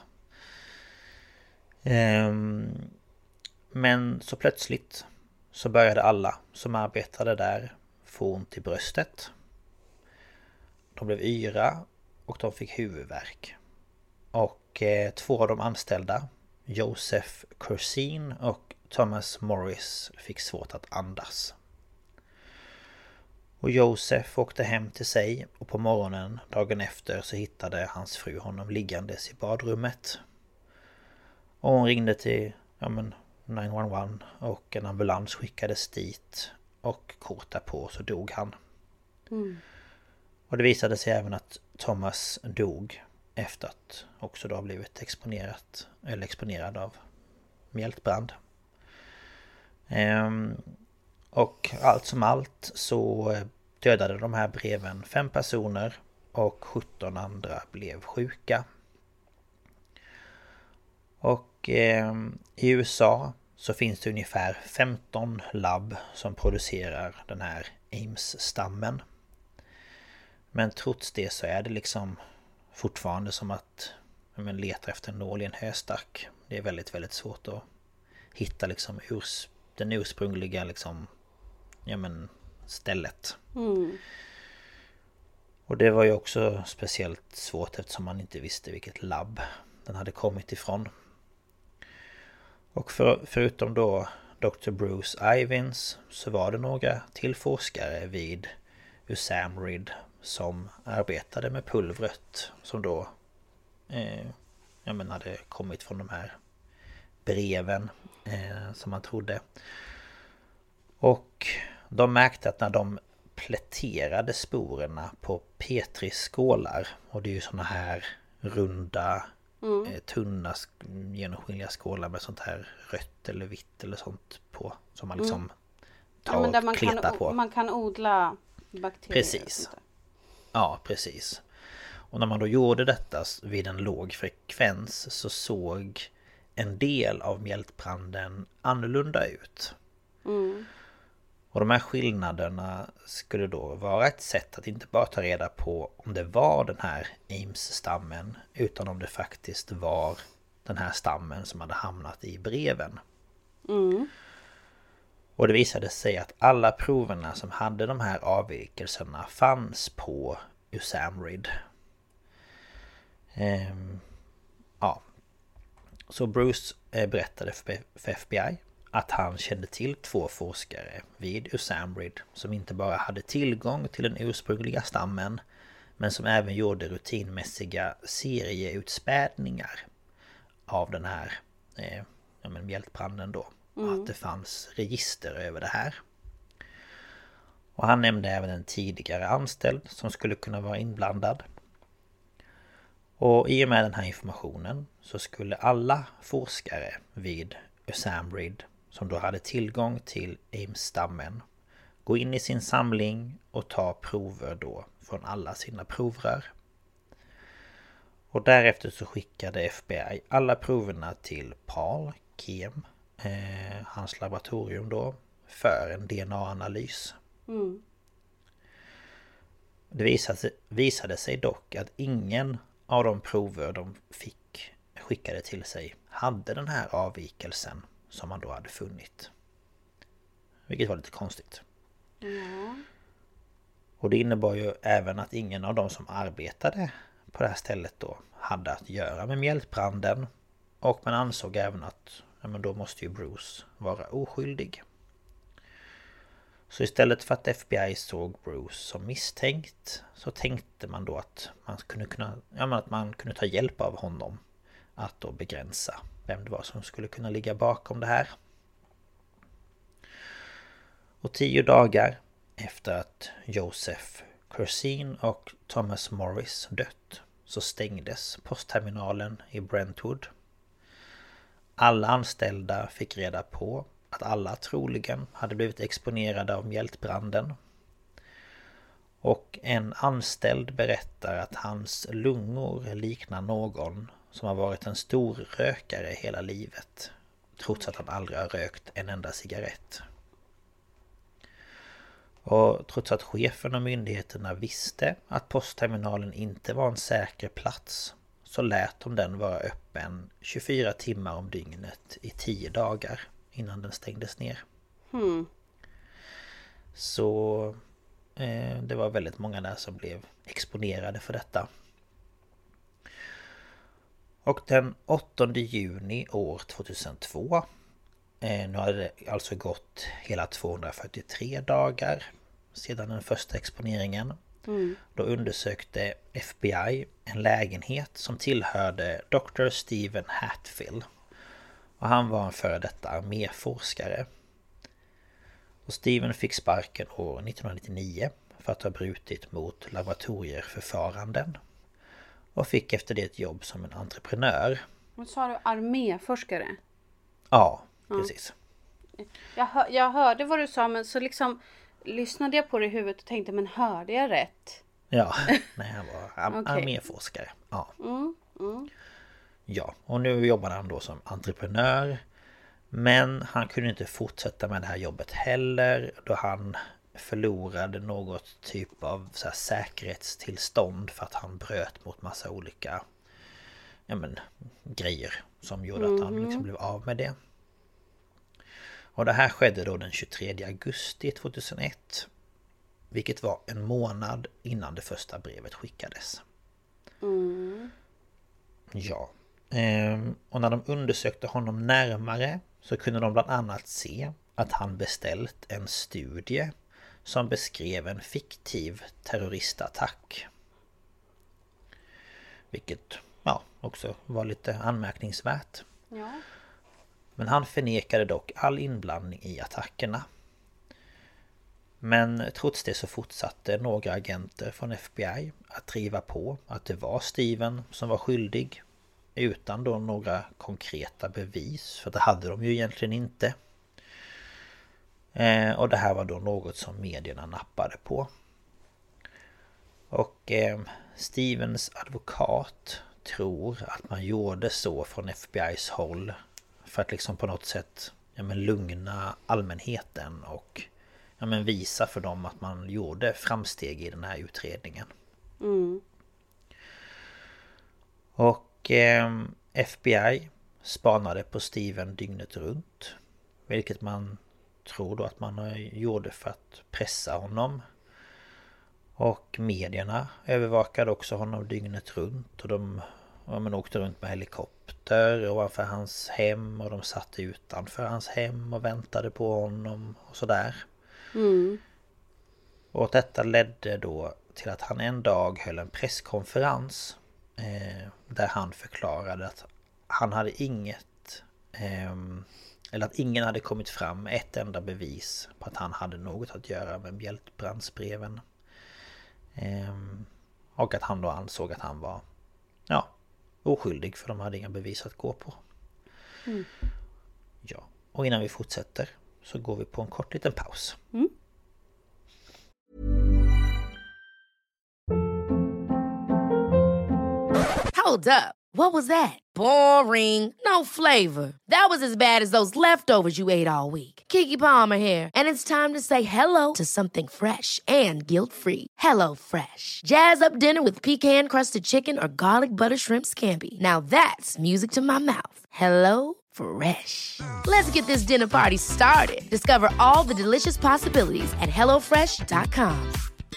Ehm, men så plötsligt så började alla som arbetade där få ont i bröstet. De blev yra och de fick huvudvärk. Och eh, två av de anställda, Joseph Cursin och Thomas Morris, fick svårt att andas. Och Joseph åkte hem till sig och på morgonen dagen efter så hittade hans fru honom liggandes i badrummet. Och hon ringde till ja men, nio ett ett och en ambulans skickades dit och kort därpå så dog han. Mm. Och det visade sig även att Thomas dog efter att också då blivit exponerat eller exponerad av mjältbrand. Ehm, och allt som allt så dödade de här breven fem personer och sjutton andra blev sjuka. Och eh, i U S A så finns det ungefär femton labb som producerar den här Ames-stammen. Men trots det så är det liksom fortfarande som att man letar efter en nål i en höstack. Det är väldigt, väldigt svårt att hitta liksom urs, den ursprungliga liksom, ja men, stället. Mm. Och det var ju också speciellt svårt eftersom man inte visste vilket labb den hade kommit ifrån. Och för, förutom då doktor Bruce Ivins så var det några till forskare vid USAMRIID som arbetade med pulvret som då eh, jag menar, hade kommit från de här breven eh, som man trodde. Och de märkte att när de pläterade sporerna på Petri-skålar, och det är ju såna här runda mm. eh, tunna genomskinliga skålar med sånt här rött eller vitt eller sånt på som man liksom mm. tar ja, men där man och kletar kan, på. Man kan odla bakterier. Precis. Ja, precis. Och när man då gjorde detta vid en låg frekvens så såg en del av mjältbranden annorlunda ut. Mm. Och de här skillnaderna skulle då vara ett sätt att inte bara ta reda på om det var den här Ames-stammen utan om det faktiskt var den här stammen som hade hamnat i breven. Mm. Och det visade sig att alla proverna som hade de här avvikelserna fanns på USAMRIID. Ehm, ja. Så Bruce berättade för F B I att han kände till två forskare vid USAMRIID som inte bara hade tillgång till den ursprungliga stammen men som även gjorde rutinmässiga serieutspädningar av den här eh, ja, men mjältbranden då. Mm. Och att det fanns register över det här. Och han nämnde även en tidigare anställd som skulle kunna vara inblandad. Och i och med den här informationen så skulle alla forskare vid USAMRIID som då hade tillgång till Ames-stammen gå in i sin samling och ta prover då från alla sina provrör. Och därefter så skickade F B I alla proverna till Paul Kiem, eh, hans laboratorium då, för en D N A-analys. Mm. Det visade, visade sig dock att ingen av de prover de fick skickade till sig hade den här avvikelsen som man då hade funnit. Vilket var lite konstigt. Ja. Och det innebar ju även att ingen av de som arbetade på det här stället då hade att göra med mjältbranden. Och man ansåg även att ja, men då måste ju Bruce vara oskyldig. Så istället för att F B I såg Bruce som misstänkt så tänkte man då att man kunde, kunna, ja, men att man kunde ta hjälp av honom att då begränsa vem det var som skulle kunna ligga bakom det här. Och tio dagar efter att Joseph Curzin och Thomas Morris dött så stängdes postterminalen i Brentwood. Alla anställda fick reda på att alla troligen hade blivit exponerade av mjältbranden. Och en anställd berättar att hans lungor liknar någon som har varit en stor rökare hela livet, trots att han aldrig har rökt en enda cigarett. Och trots att chefen och myndigheterna visste att postterminalen inte var en säker plats så lät de den vara öppen tjugofyra timmar om dygnet i tio dagar innan den stängdes ner. Hmm. Så eh, det var väldigt många där som blev exponerade för detta. Och den åttonde juni år tvåtusentvå, eh, nu hade det alltså gått hela tvåhundrafyrtiotre dagar sedan den första exponeringen. Mm. Då undersökte F B I en lägenhet som tillhörde doktor Stephen Hatfield. Och han var en före detta arméforskare. Och Stephen fick sparken år nittonhundranittionio för att ha brutit mot laboratorieförfaranden. Och fick efter det ett jobb som en entreprenör. Vad sa du? Arméforskare? Ja, precis. Jag, hör, jag hörde vad du sa, men så liksom lyssnade jag på det i huvudet och tänkte, men hörde jag rätt? Ja, nej, han var ar- Okay. arméforskare. Ja. Mm, mm. Ja, och nu jobbar han då som entreprenör. Men han kunde inte fortsätta med det här jobbet heller, då han förlorade något typ av så här säkerhetstillstånd för att han bröt mot massa olika ja, men, grejer som gjorde mm. att han liksom blev av med det. Och det här skedde då den tjugotredje augusti tvåtusenett, vilket var en månad innan det första brevet skickades. Mm. Ja. Ehm, och när de undersökte honom närmare så kunde de bland annat se att han beställt en studie som beskrev en fiktiv terroristattack. Vilket ja, också var lite anmärkningsvärt. Ja. Men han förnekade dock all inblandning i attackerna. Men trots det så fortsatte några agenter från F B I att driva på att det var Stephen som var skyldig. Utan då några konkreta bevis, för det hade de ju egentligen inte. Eh, och det här var då något som medierna nappade på. Och eh, Stephens advokat tror att man gjorde så från F B I:s håll för att liksom på något sätt ja, men lugna allmänheten och ja, men visa för dem att man gjorde framsteg i den här utredningen. Mm. Och eh, F B I spanade på Stephen dygnet runt. Vilket man tror då att man gjorde för att pressa honom. Och medierna övervakade också honom dygnet runt. Och de ja, men åkte runt med helikopter ovanför hans hem. Och de satt utanför hans hem och väntade på honom och sådär. Mm. Och detta ledde då till att han en dag höll en presskonferens. Eh, där han förklarade att han hade inget Um, eller att ingen hade kommit fram med ett enda bevis på att han hade något att göra med mjältbrandsbreven. Um, och att han då ansåg att han var ja, oskyldig, för de hade inga bevis att gå på. Mm. Ja, och innan vi fortsätter så går vi på en kort liten paus. Mm. Hold up. What was that? Boring. No flavor. That was as bad as those leftovers you ate all week. Keke Palmer here, and it's time to say hello to something fresh and guilt-free. Hello Fresh. Jazz up dinner with pecan-crusted chicken or garlic butter shrimp scampi. Now that's music to my mouth. Hello Fresh. Let's get this dinner party started. Discover all the delicious possibilities at hello fresh dot com.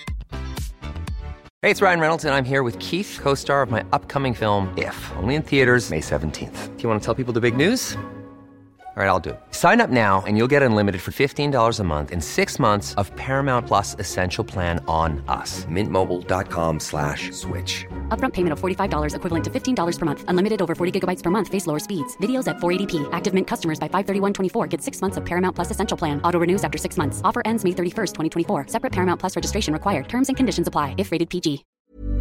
Hey, it's Ryan Reynolds, and I'm here with Keith, co-star of my upcoming film, If, only in theaters May seventeenth. Do you want to tell people the big news? All right, I'll do it. Sign up now and you'll get unlimited for fifteen dollars a month and six months of Paramount Plus Essential Plan on us. Mint Mobile dot com slash switch. Upfront payment of forty-five dollars equivalent to fifteen dollars per month. Unlimited over forty gigabytes per month. Face lower speeds. Videos at four eighty p. Active Mint customers by five thirty-one twenty-four get six months of Paramount Plus Essential Plan. Auto renews after six months. Offer ends May thirty-first, twenty twenty-four. Separate Paramount Plus registration required. Terms and conditions apply if rated P G.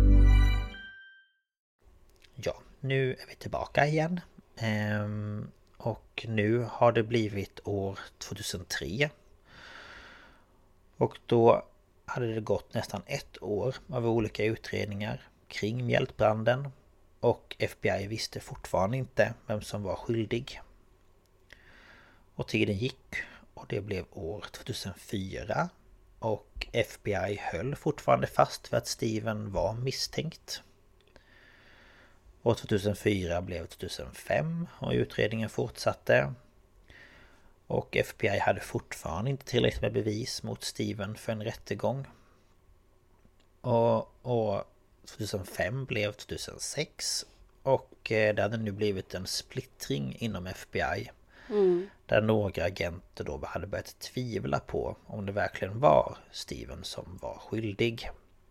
Ja, nu är vi tillbaka igen. Ehm, och nu har det blivit år tjugohundratre. Och då hade det gått nästan ett år av olika utredningar kring mjältbranden. Och F B I visste fortfarande inte vem som var skyldig. Och tiden gick och det blev år tjugohundrafyra. Och F B I höll fortfarande fast vid att Steven var misstänkt. År tjugohundrafyra blev tjugohundrafem och utredningen fortsatte. Och F B I hade fortfarande inte tillräckligt med bevis mot Steven för en rättegång. Och, och tjugohundrafem blev tjugohundrasex och det hade nu blivit en splittring inom F B I. Mm. Där några agenter då hade börjat tvivla på om det verkligen var Steven som var skyldig.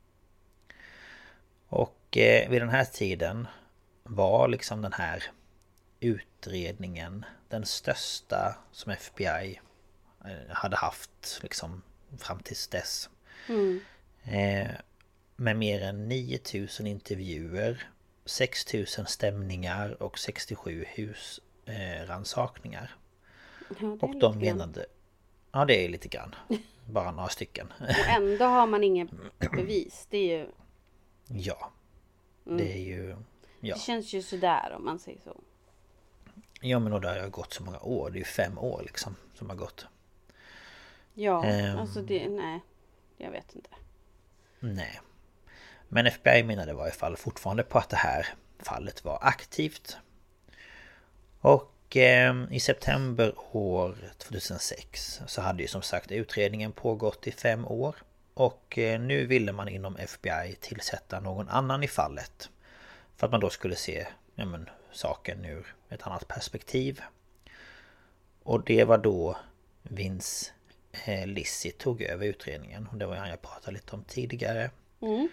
Och eh, vid den här tiden var liksom den här utredningen den största som F B I hade haft liksom fram tills dess. Mm. Eh, med mer än nio tusen intervjuer, sex tusen stämningar och sextiosju husransakningar. Eh, ja, och de menade... Ja, det är lite grann. Bara några stycken. Och ändå har man inget bevis. Det är ju... Ja. Mm. Det är ju... Ja. Det känns ju sådär om man säger så. Ja, men då det har gått så många år. Det är ju fem år liksom som har gått. Ja, um, alltså det... Nej. Jag vet inte. Nej. Men F B I menade i varje fall fortfarande på att det här fallet var aktivt. Och eh, i september år tjugohundrasex så hade ju som sagt utredningen pågått i fem år. Och eh, nu ville man inom F B I tillsätta någon annan i fallet. För att man då skulle se ja, men, saken ur ett annat perspektiv. Och det var då Vince eh, Lissi tog över utredningen. Och det var han jag pratade lite om tidigare. Mm.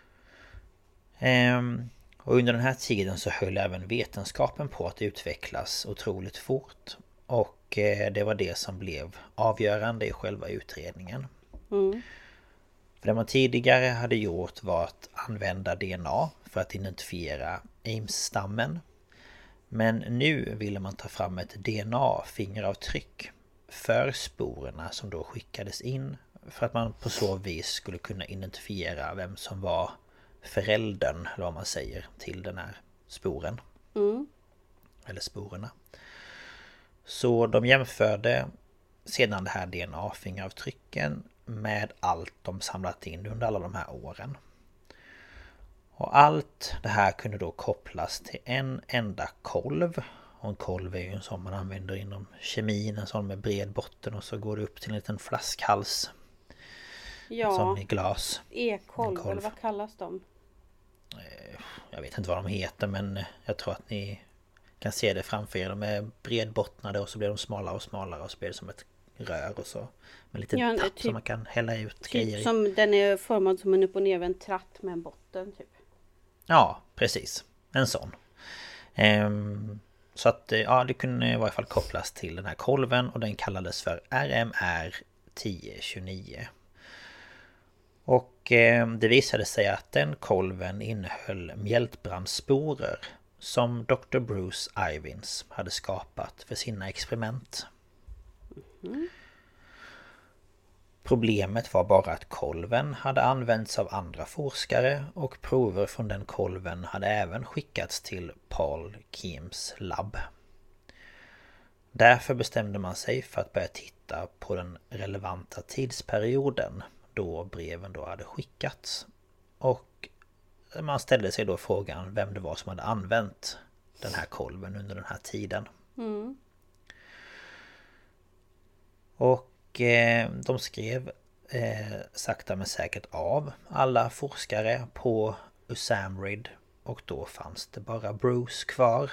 Ehm, och under den här tiden så höll även vetenskapen på att utvecklas otroligt fort. Och eh, det var det som blev avgörande i själva utredningen. Mm. För det man tidigare hade gjort var att använda D N A för att identifiera Ames-stammen. Men nu ville man ta fram ett D N A-fingeravtryck för sporerna som då skickades in. För att man på så vis skulle kunna identifiera vem som var föräldern, eller vad man säger, till den här sporen. Mm. Eller sporerna. Så de jämförde sedan det här D N A-fingeravtrycken med allt de samlat in under alla de här åren. Och allt det här kunde då kopplas till en enda kolv. Och en kolv är ju en sån man använder inom kemin, en sån med bred botten och så går det upp till en liten flaskhals. Ja, som i glas. E-kolv, eller vad kallas de? Jag vet inte vad de heter, men jag tror att ni kan se det framför er. De är bredbottnade och så blir de smalare och smalare och så blir det som ett rör och så. Med en liten ja, tapp typ, som man kan hälla ut typ grejer i. Som den är formad som en upp och ner en tratt med en botten typ. Ja, precis. En sån. Ehm, Så att ja, det kunde i varje fall kopplas till den här kolven och den kallades för R M R tio tjugonio. Och eh, det visade sig att den kolven innehöll mjältbrandsporer som doktor Bruce Ivins hade skapat för sina experiment. Mm. Problemet var bara att kolven hade använts av andra forskare och prover från den kolven hade även skickats till Paul Kims labb. Därför bestämde man sig för att börja titta på den relevanta tidsperioden då breven då hade skickats. Och man ställde sig då frågan vem det var som hade använt den här kolven under den här tiden. Mm. Och eh, de skrev eh, sakta men säkert av alla forskare på USAMRIID och då fanns det bara Bruce kvar.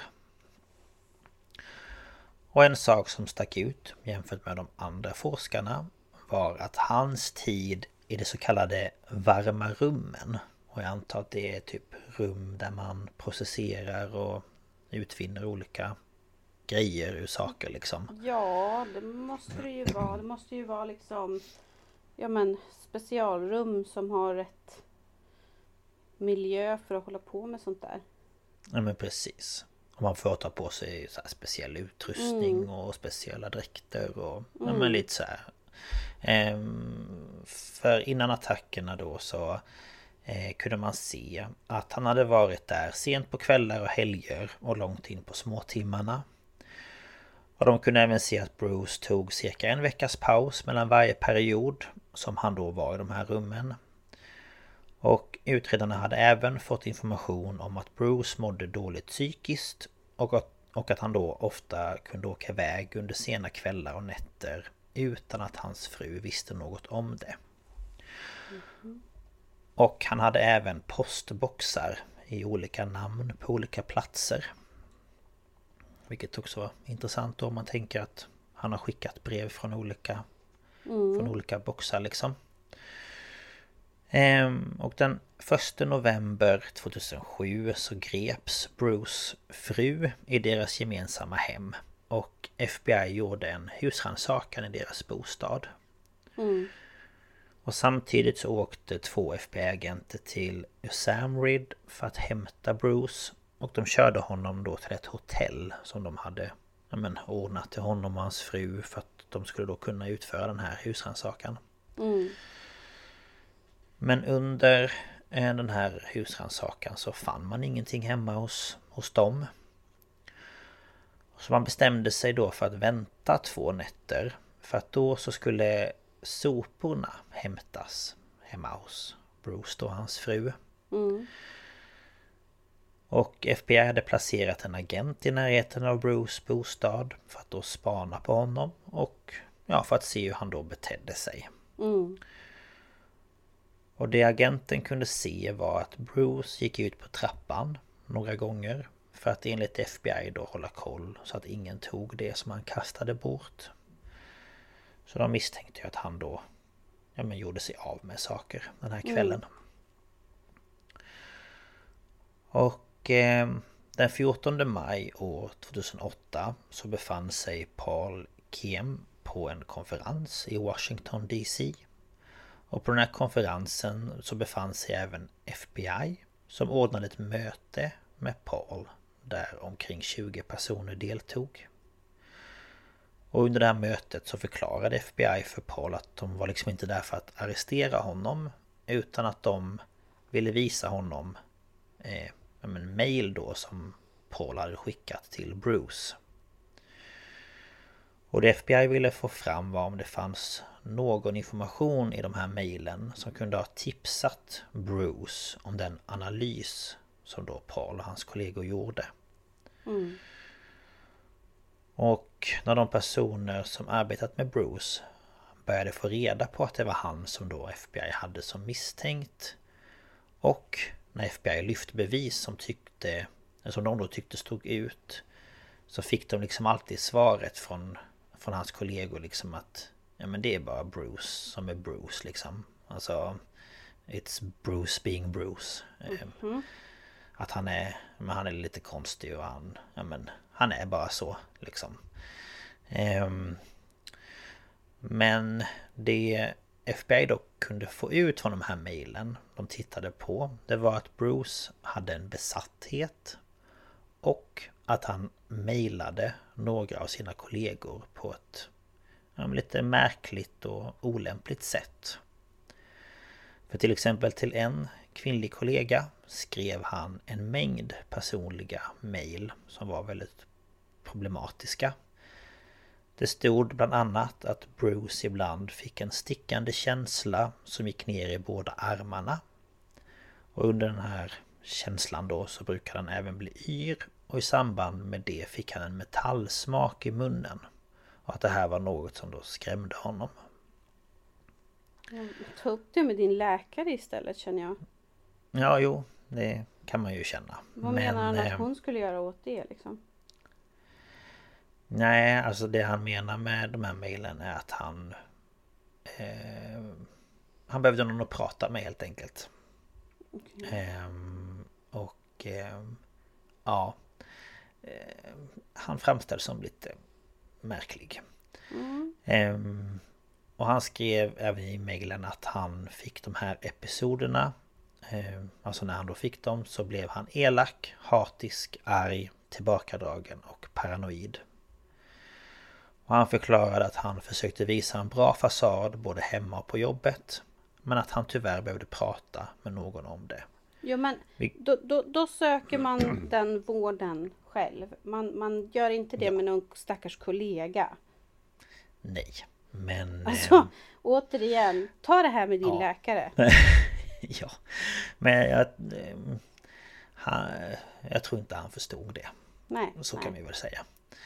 Och en sak som stack ut jämfört med de andra forskarna var att hans tid i det så kallade varma rummen, och jag antar att det är typ rum där man processerar och utvinner olika grejer ur saker liksom. Ja, det måste det ju vara. Det måste ju vara liksom ja men specialrum som har rätt miljö för att hålla på med sånt där. Ja men precis. Och man får ta på sig så här speciell utrustning mm. och speciella dräkter och mm. ja, men lite så här. Ehm, för innan attackerna då så eh, kunde man se att han hade varit där sent på kvällar och helger och långt in på småtimmarna. Och de kunde även se att Bruce tog cirka en veckas paus mellan varje period som han då var i de här rummen. Och utredarna hade även fått information om att Bruce mådde dåligt psykiskt och att, och att han då ofta kunde åka iväg under sena kvällar och nätter utan att hans fru visste något om det. Mm-hmm. Och han hade även postboxar i olika namn på olika platser. Vilket också var intressant då om man tänker att han har skickat brev från olika, mm. från olika boxar liksom. Ehm, och den första november tjugohundrasju så greps Bruce fru i deras gemensamma hem. Och F B I gjorde en husrannsakan i deras bostad. Mm. Och samtidigt så åkte två F B I-agenter till USAMRIID för att hämta Bruce. Och de körde honom då till ett hotell som de hade ja men, ordnat till honom och hans fru för att de skulle då kunna utföra den här husrannsakan. Mm. Men under den här husrannsakan så fann man ingenting hemma hos, hos dem. Så man bestämde sig då för att vänta två nätter. För att då så skulle soporna hämtas hemma hos Bruce och hans fru. Mm. Och F B I hade placerat en agent i närheten av Bruce bostad för att då spana på honom och ja, för att se hur han då betedde sig. Mm. Och det agenten kunde se var att Bruce gick ut på trappan några gånger för att enligt F B I då hålla koll så att ingen tog det som han kastade bort. Så de misstänkte ju att han då ja, men gjorde sig av med saker den här kvällen. Mm. Och eh, den fjortonde maj år tjugohundraåtta så befann sig Paul Kim på en konferens i Washington D C. Och på den här konferensen så befann sig även F B I som ordnade ett möte med Paul där omkring tjugo personer deltog. Och under det här mötet så förklarade F B I för Paul att de var liksom inte där för att arrestera honom utan att de ville visa honom eh, en mail då som Paul hade skickat till Bruce. Och det F B I ville få fram var om det fanns någon information i de här mejlen som kunde ha tipsat Bruce om den analys som då Paul och hans kollegor gjorde. Mm. Och när de personer som arbetat med Bruce började få reda på att det var han som då F B I hade som misstänkt och när F B I lyfte bevis som tyckte som de då tyckte stod ut så fick de liksom alltid svaret från från hans kollegor liksom att ja men det är bara Bruce som är Bruce liksom. Alltså it's Bruce being Bruce. Mm-hmm. att han är, men han är lite konstig och han, ja, men, han är bara så liksom. Um, men det F B I dock kunde få ut från de här mejlen de tittade på, det var att Bruce hade en besatthet och att han mejlade några av sina kollegor på ett ja, lite märkligt och olämpligt sätt. För till exempel till en kvinnlig kollega skrev han en mängd personliga mejl som var väldigt problematiska. Det stod bland annat att Bruce ibland fick en stickande känsla som gick ner i båda armarna. Och under den här känslan då så brukade han även bli yr och i samband med det fick han en metallsmak i munnen. Och att det här var något som då skrämde honom. Ta upp det med din läkare istället, känner jag. Ja, jo, det kan man ju känna. Vad Men, menar han att hon skulle göra åt det liksom? Nej, alltså det han menar med de här mejlen är att han eh, han behövde någon att prata med helt enkelt. Okay. Eh, och eh, ja eh, han framställs som lite märklig. Mm. Eh, och han skrev även i mejlen att han fick de här episoderna. Eh, alltså när han då fick dem så blev han elak, hatisk, arg, tillbakadragen och paranoid. Och han förklarade att han försökte visa en bra fasad både hemma och på jobbet. Men att han tyvärr behövde prata med någon om det. Jo, men då, då, då söker man den vården själv. Man, man gör inte det ja. med någon stackars kollega. Nej, men... Alltså, eh, återigen, ta det här med din ja. läkare. Ja, men jag, eh, han, jag tror inte han förstod det. Nej, Så nej. kan vi väl säga.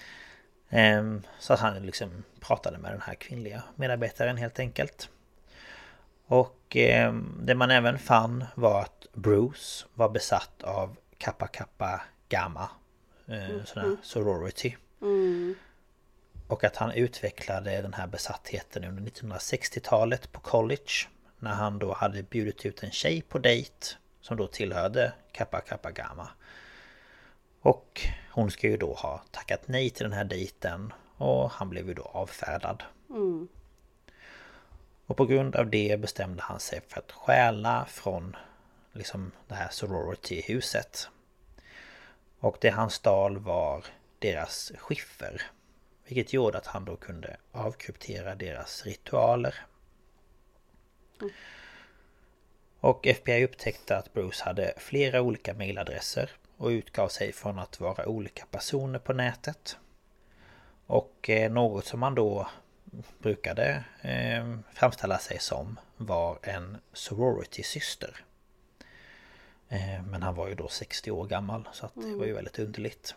Så att han liksom pratade med den här kvinnliga medarbetaren helt enkelt. Och det man även fann var att Bruce var besatt av Kappa Kappa Gamma, mm. sån här sorority. Mm. Och att han utvecklade den här besattheten under nittonhundrasextiotalet på college. När han då hade bjudit ut en tjej på dejt som då tillhörde Kappa Kappa Gamma. Och hon ska ju då ha tackat nej till den här dejten och han blev ju då avfärdad. Mm. Och på grund av det bestämde han sig för att stjäla från liksom det här sorority-huset. Och det han stal var deras skiffer. Vilket gjorde att han då kunde avkryptera deras ritualer. Mm. Och F B I upptäckte att Bruce hade flera olika mailadresser och utgav sig från att vara olika personer på nätet. Och eh, något som man då brukade eh, framställa sig som var en sorority-syster. Eh, men han var ju då sextio år gammal så att det var ju väldigt underligt.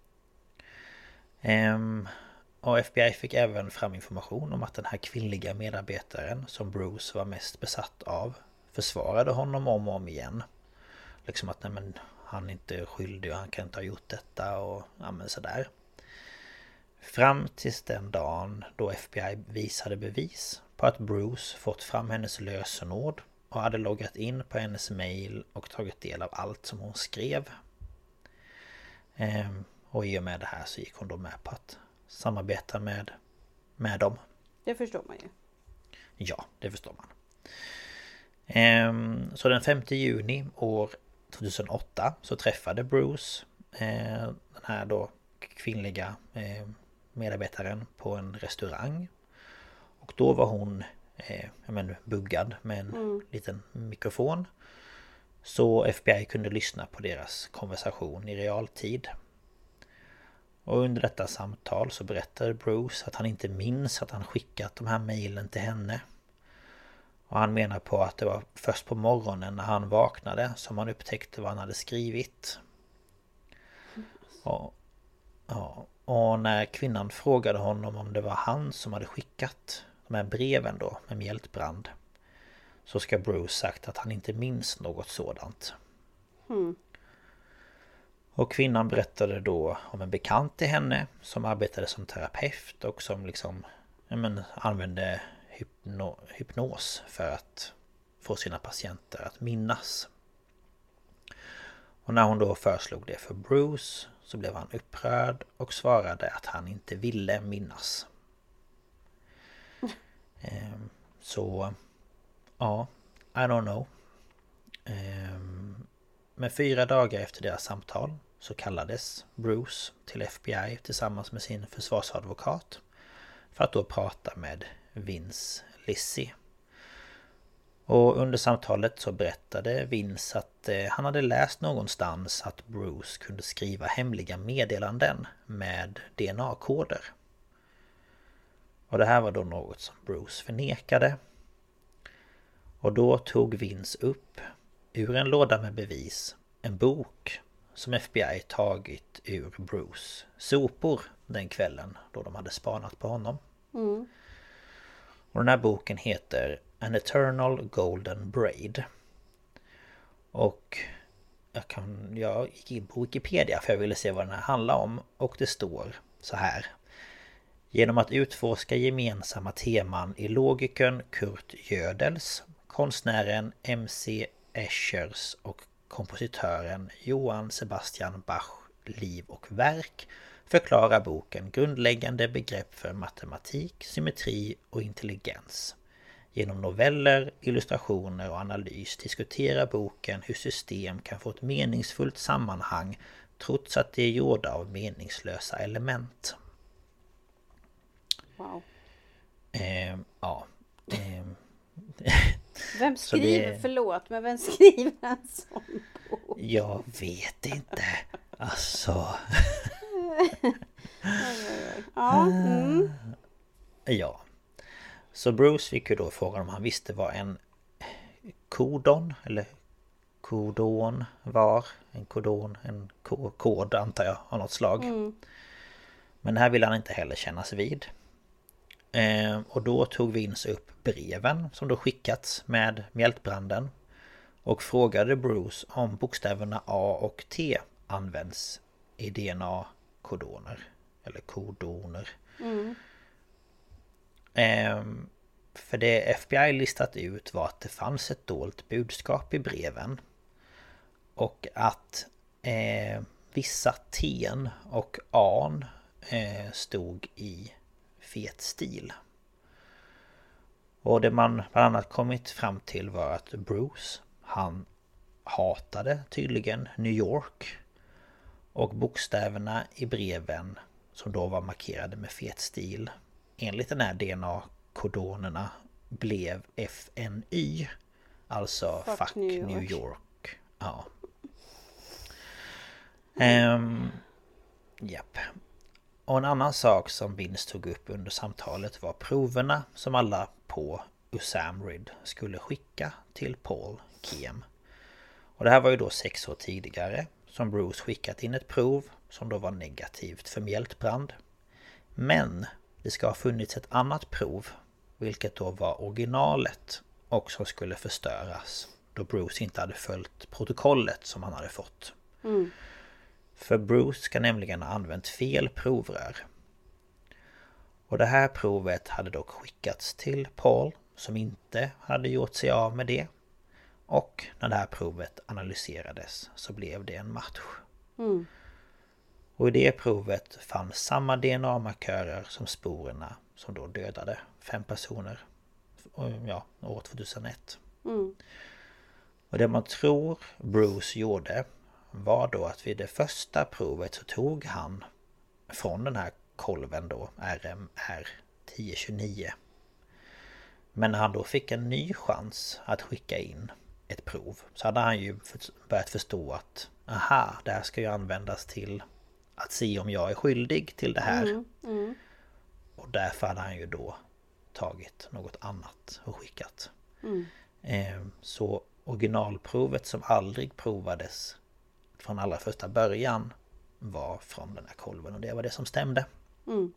Eh, och F B I fick även fram information om att den här kvinnliga medarbetaren som Bruce var mest besatt av försvarade honom om och om igen. Liksom att nej men han är inte skyldig och han kan inte ha gjort detta och ja men sådär. Fram tills den dagen då F B I visade bevis på att Bruce fått fram hennes lösenord och hade loggat in på hennes mail och tagit del av allt som hon skrev. Ehm, och i och med det här så gick hon då med på att samarbeta med, med dem. Det förstår man ju. Ja, det förstår man. Ehm, så den femte juni år tjugohundraåtta så träffade Bruce eh, den här då kvinnliga eh, medarbetaren på en restaurang. Och då var hon eh, jag menar, buggad med en mm. liten mikrofon. Så F B I kunde lyssna på deras konversation i realtid. Och under detta samtal så berättade Bruce att han inte minns att han skickat de här mejlen till henne. Och han menar på att det var först på morgonen när han vaknade som han upptäckte vad han hade skrivit. Och, ja, och när kvinnan frågade honom om det var han som hade skickat de här breven då med mjältbrand, så ska Bruce sagt att han inte minns något sådant. Mm. Och kvinnan berättade då om en bekant till henne som arbetade som terapeut och som liksom ja, men, använde hypno, hypnos för att få sina patienter att minnas. Och när hon då föreslog det för Bruce så blev han upprörd och svarade att han inte ville minnas. Mm. Så, ja, I don't know. Men fyra dagar efter deras samtal så kallades Bruce till F B I tillsammans med sin försvarsadvokat för att då prata med Vince Lizzie. Och under samtalet så berättade Vince att han hade läst någonstans att Bruce kunde skriva hemliga meddelanden med D N A-koder. Och det här var då något som Bruce förnekade. Och då tog Vince upp ur en låda med bevis en bok som F B I tagit ur Bruce sopor den kvällen då de hade spanat på honom. Mm. Och den här boken heter An Eternal Golden Braid. Och jag, kan, jag gick in på Wikipedia för jag ville se vad den här handlar om. Och det står så här. Genom att utforska gemensamma teman i logikern Kurt Gödels, konstnären M C Eschers och kompositören Johann Sebastian Bach liv och verk förklarar boken grundläggande begrepp för matematik, symmetri och intelligens. Genom noveller, illustrationer och analys diskuterar boken hur system kan få ett meningsfullt sammanhang trots att de är gjorda av meningslösa element. Wow. Eh, ja. Eh, vem skriver, det... förlåt, men vem skriver en sån bok? Jag vet inte. Alltså... ja, mm. ja. Så Bruce fick ju då frågan om han visste vad en kodon eller kodon var. En kodon, en kod antar jag av något slag. Mm. Men här ville han inte heller kännas vid. Eh, och då tog Vince upp breven som då skickats med mjältbranden. Och frågade Bruce om bokstäverna A och T används i D N A-kodoner. Eller kodoner. Mm. Eh, för det F B I listat ut var att det fanns ett dolt budskap i breven. Och att eh, vissa T:n och A'n eh, stod i fet stil. Och det man bland annat kommit fram till var att Bruce, han hatade tydligen New York. Och bokstäverna i breven som då var markerade med fet stil enligt den här D N A-kodonerna blev F N Y. Alltså Fuck, fuck New York. New York. Ja. Um, japp. Och en annan sak som Vince tog upp under samtalet var proverna som alla på USAMRIID skulle skicka till Paul Kiem. Och det här var ju då sex år tidigare som Bruce skickat in ett prov som då var negativt för mjältbrand. Men det ska ha funnits ett annat prov, vilket då var originalet och som skulle förstöras då Bruce inte hade följt protokollet som han hade fått. Mm. För Bruce ska nämligen ha använt fel provrör. Och det här provet hade dock skickats till Paul som inte hade gjort sig av med det. Och när det här provet analyserades så blev det en match. Mm. Och i det provet fanns samma D N A-markörer som sporerna som då dödade fem personer ja, år tvåtusenett. Mm. Och det man tror Bruce gjorde var då att vid det första provet så tog han från den här kolven då R M R tio tjugonio. Men när han då fick en ny chans att skicka in ett prov så hade han ju börjat förstå att aha, det här ska ju användas till att se om jag är skyldig till det här. Mm, mm. Och därför hade han ju då tagit något annat och skickat. Mm. Eh, så originalprovet som aldrig provades från allra första början var från den här kolven och det var det som stämde. Mm.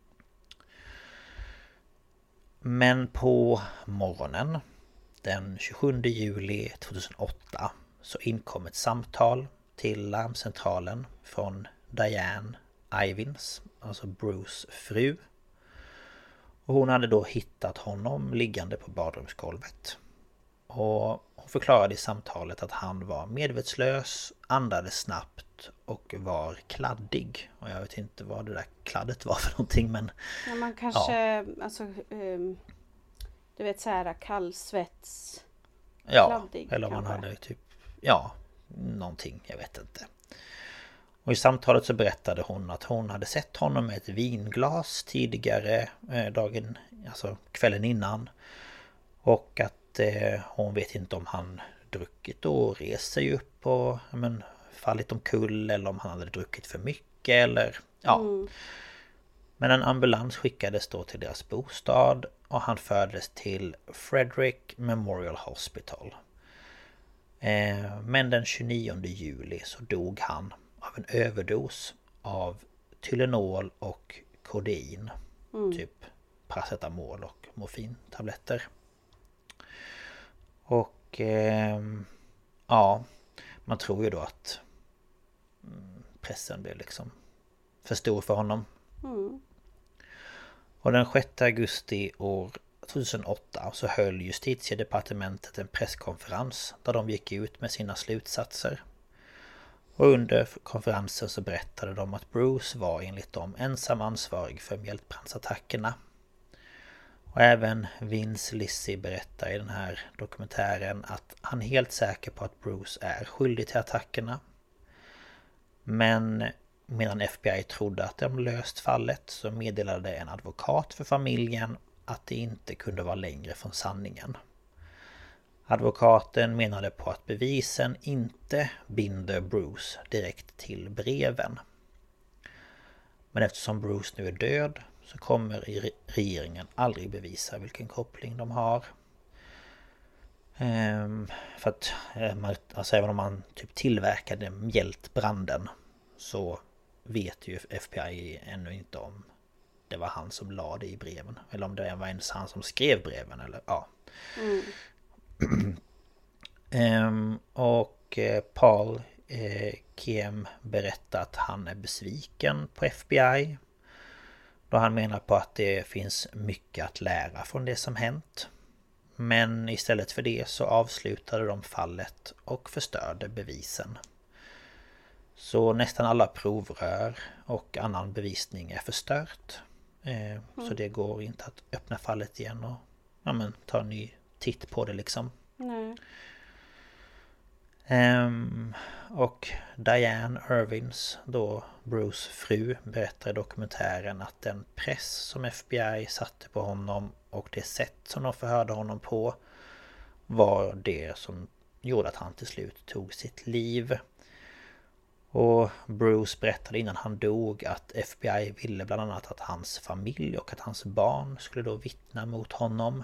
Men på morgonen den tjugosjunde juli tvåtusenåtta så inkom ett samtal till larmcentralen från Diane Ivins, alltså Bruce fru. Och hon hade då hittat honom liggande på badrumsgolvet. Och hon förklarade i samtalet att han var medvetslös, andades snabbt och var kladdig. Och jag vet inte vad det där kladdet var för någonting, men... Ja, man kanske, ja. alltså, um, du vet så här kallsvets... Ja, kladdig, eller om man kanske. hade typ, ja, någonting, jag vet inte. Och i samtalet så berättade hon att hon hade sett honom med ett vinglas tidigare, eh, dagen, alltså kvällen innan. Och att eh, hon vet inte om han druckit och rest sig upp och men, fallit omkull, eller om han hade druckit för mycket eller ja. Mm. Men en ambulans skickades då till deras bostad och han fördes till Frederick Memorial Hospital. Eh, men den tjugonionde juli så dog han av en överdos av Tylenol och kodein. Mm. Typ paracetamol och morfintabletter. Och eh, ja, man tror ju då att pressen blev liksom för stor för honom. Mm. Och den sjätte augusti år tjugohundraåtta så höll justitiedepartementet en presskonferens där de gick ut med sina slutsatser. Och under konferensen så berättade de att Bruce var enligt dem ensam ansvarig för mjältbrandsattackerna. Och även Vince Lizzie berättar i den här dokumentären att han är helt säker på att Bruce är skyldig till attackerna. Men medan F B I trodde att de löst fallet så meddelade en advokat för familjen att det inte kunde vara längre från sanningen. Advokaten menade på att bevisen inte binder Bruce direkt till breven. Men eftersom Bruce nu är död så kommer regeringen aldrig bevisa vilken koppling de har. Ehm, för att alltså även om man typ tillverkade mjältbranden så vet ju F B I ännu inte om det var han som la det i breven. Eller om det var ens han som skrev breven. Eller, ja. Mm. ehm, och Paul eh, Kiem berättar att han är besviken på F B I. Då han menar på att det finns mycket att lära från det som hänt. Men istället för det så avslutade de fallet och förstörde bevisen. Så nästan alla provrör och annan bevisning är förstört. Eh, mm. Så det går inte att öppna fallet igen och ja, men, ta en ny titt på det liksom. Nej. Um, och Diane Irvins, då Bruce fru, berättar i dokumentären att den press som F B I satte på honom och det sätt som de förhörde honom på var det som gjorde att han till slut tog sitt liv. Och Bruce berättade innan han dog att F B I ville bland annat att hans familj och att hans barn skulle då vittna mot honom.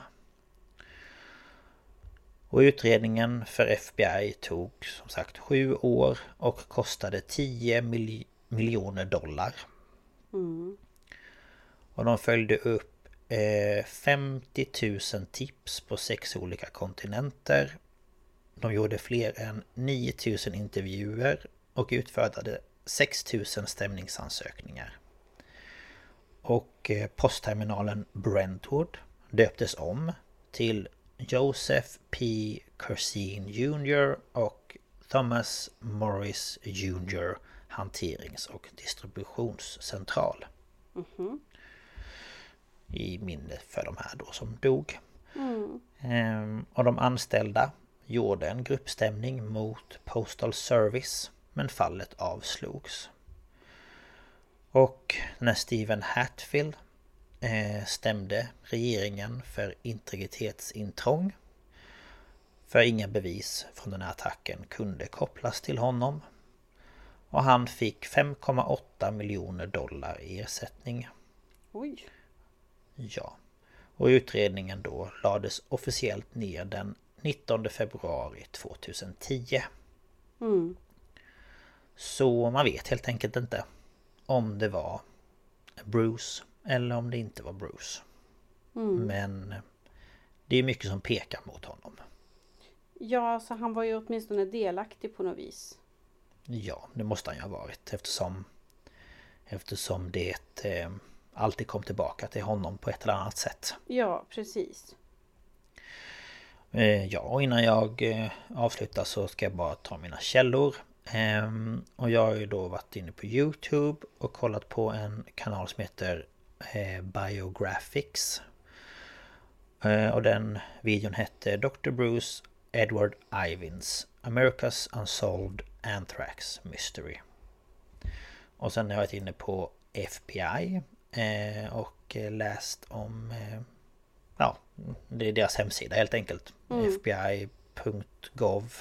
Och utredningen för F B I tog som sagt sju år och kostade tio mil- miljoner dollar. Mm. Och de följde upp eh, femtio tusen tips på sex olika kontinenter. De gjorde fler än nio tusen intervjuer och utfärdade sex tusen stämningsansökningar. Och eh, postterminalen Brentwood döptes om till Joseph P. Curseen junior och Thomas Morris junior hanterings- och distributionscentral. Mm-hmm. I minne för de här då som dog. Mm. Ehm, och de anställda gjorde en gruppstämning mot Postal Service, men fallet avslogs. Och när Stephen Hatfield eh, stämde regeringen för integritetsintrång, för inga bevis från den här attacken kunde kopplas till honom. Och han fick fem komma åtta miljoner dollar i ersättning. Oj. Ja. Och utredningen då lades officiellt ner den nittonde februari tjugohundratio. Mm. Så man vet helt enkelt inte om det var Bruce eller om det inte var Bruce. Mm. Men det är mycket som pekar mot honom. Ja, så han var ju åtminstone delaktig på något vis. Ja, det måste han ju ha varit eftersom eftersom det eh, alltid kom tillbaka till honom på ett eller annat sätt. Ja, precis. Ja, och innan jag avslutar så ska jag bara ta mina källor. Och jag har ju då varit inne på YouTube och kollat på en kanal som heter Biographics. Och den videon hette doktor Bruce Edward Ivins America's Unsolved Anthrax Mystery. Och sen har jag varit inne på F B I och läst om, ja, det är deras hemsida helt enkelt. Mm. F B I punkt gov.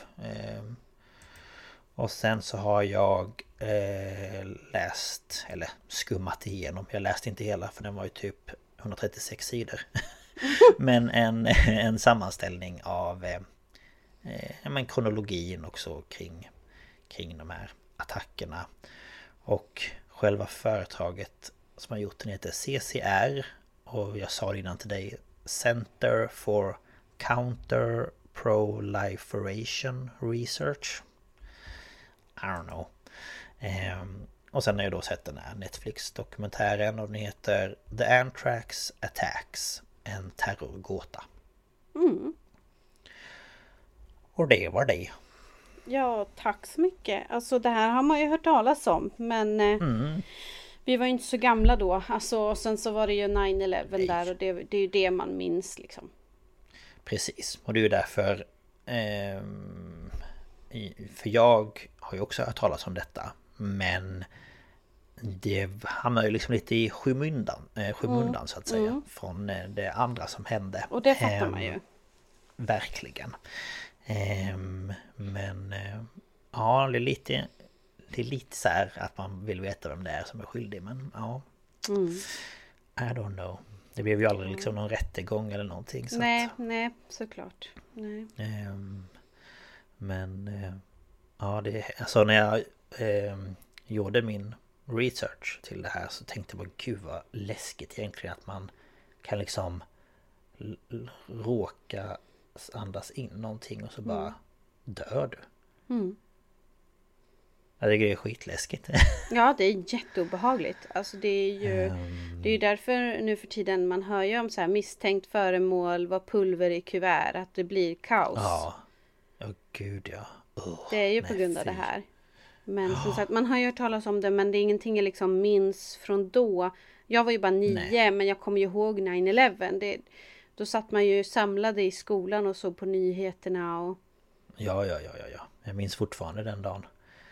Och sen så har jag läst, eller skummat igenom. Jag läste inte hela för den var ju typ hundratrettiosex sidor. Men en, en sammanställning av eh, men kronologin också kring, kring de här attackerna. Och själva företaget som har gjort den heter C C R. Och jag sa det innan till dig, Center for Counter Proliferation Research. I don't know. Eh, och sen har jag då sett den här Netflix-dokumentären och den heter The Anthrax Attacks. En terrorgåta. Mm. Och det var det. Ja, tack så mycket. Alltså det här har man ju hört talas om. Men mm. vi var ju inte så gamla då. Alltså, och sen så var det ju nine eleven där. Och det, det är ju det man minns liksom. Precis. Och det är ju därför... Eh, för jag har ju också hört talas om detta. Men... det hamnar ju liksom lite i skymundan, eh, skymundan mm. så att säga. Mm. Från eh, det andra som hände. Och det fattar man ju. Verkligen. Eh, men eh, ja, det är lite det är lite så här att man vill veta vem det är som är skyldig. Men ja, mm. I don't know. Det blev ju aldrig mm. liksom någon rättegång eller någonting. Så nej, att, nej, såklart. Nej. Eh, men eh, ja, det alltså när jag eh, gjorde min research till det här så tänkte jag bara, gud vad läskigt egentligen att man kan liksom l- l- råka andas in någonting och så bara mm. dör du. Mm. Jag tycker det är skitläskigt. Ja, det är jätteobehagligt. Alltså det är ju um... det är ju därför nu för tiden man hör ju om så här misstänkt föremål, var pulver i kuvert, att det blir kaos. Ja, ja gud ja. Oh, det är ju nej, på grund av fy. det här. Men som sagt, man har ju hört talas om det, men det är ingenting jag liksom minns från då. Jag var ju bara nio, nej. Men jag kommer ju ihåg nine eleven. Det, då satt man ju samlade i skolan och såg på nyheterna. Och... Ja, ja, ja, ja, ja. Jag minns fortfarande den dagen.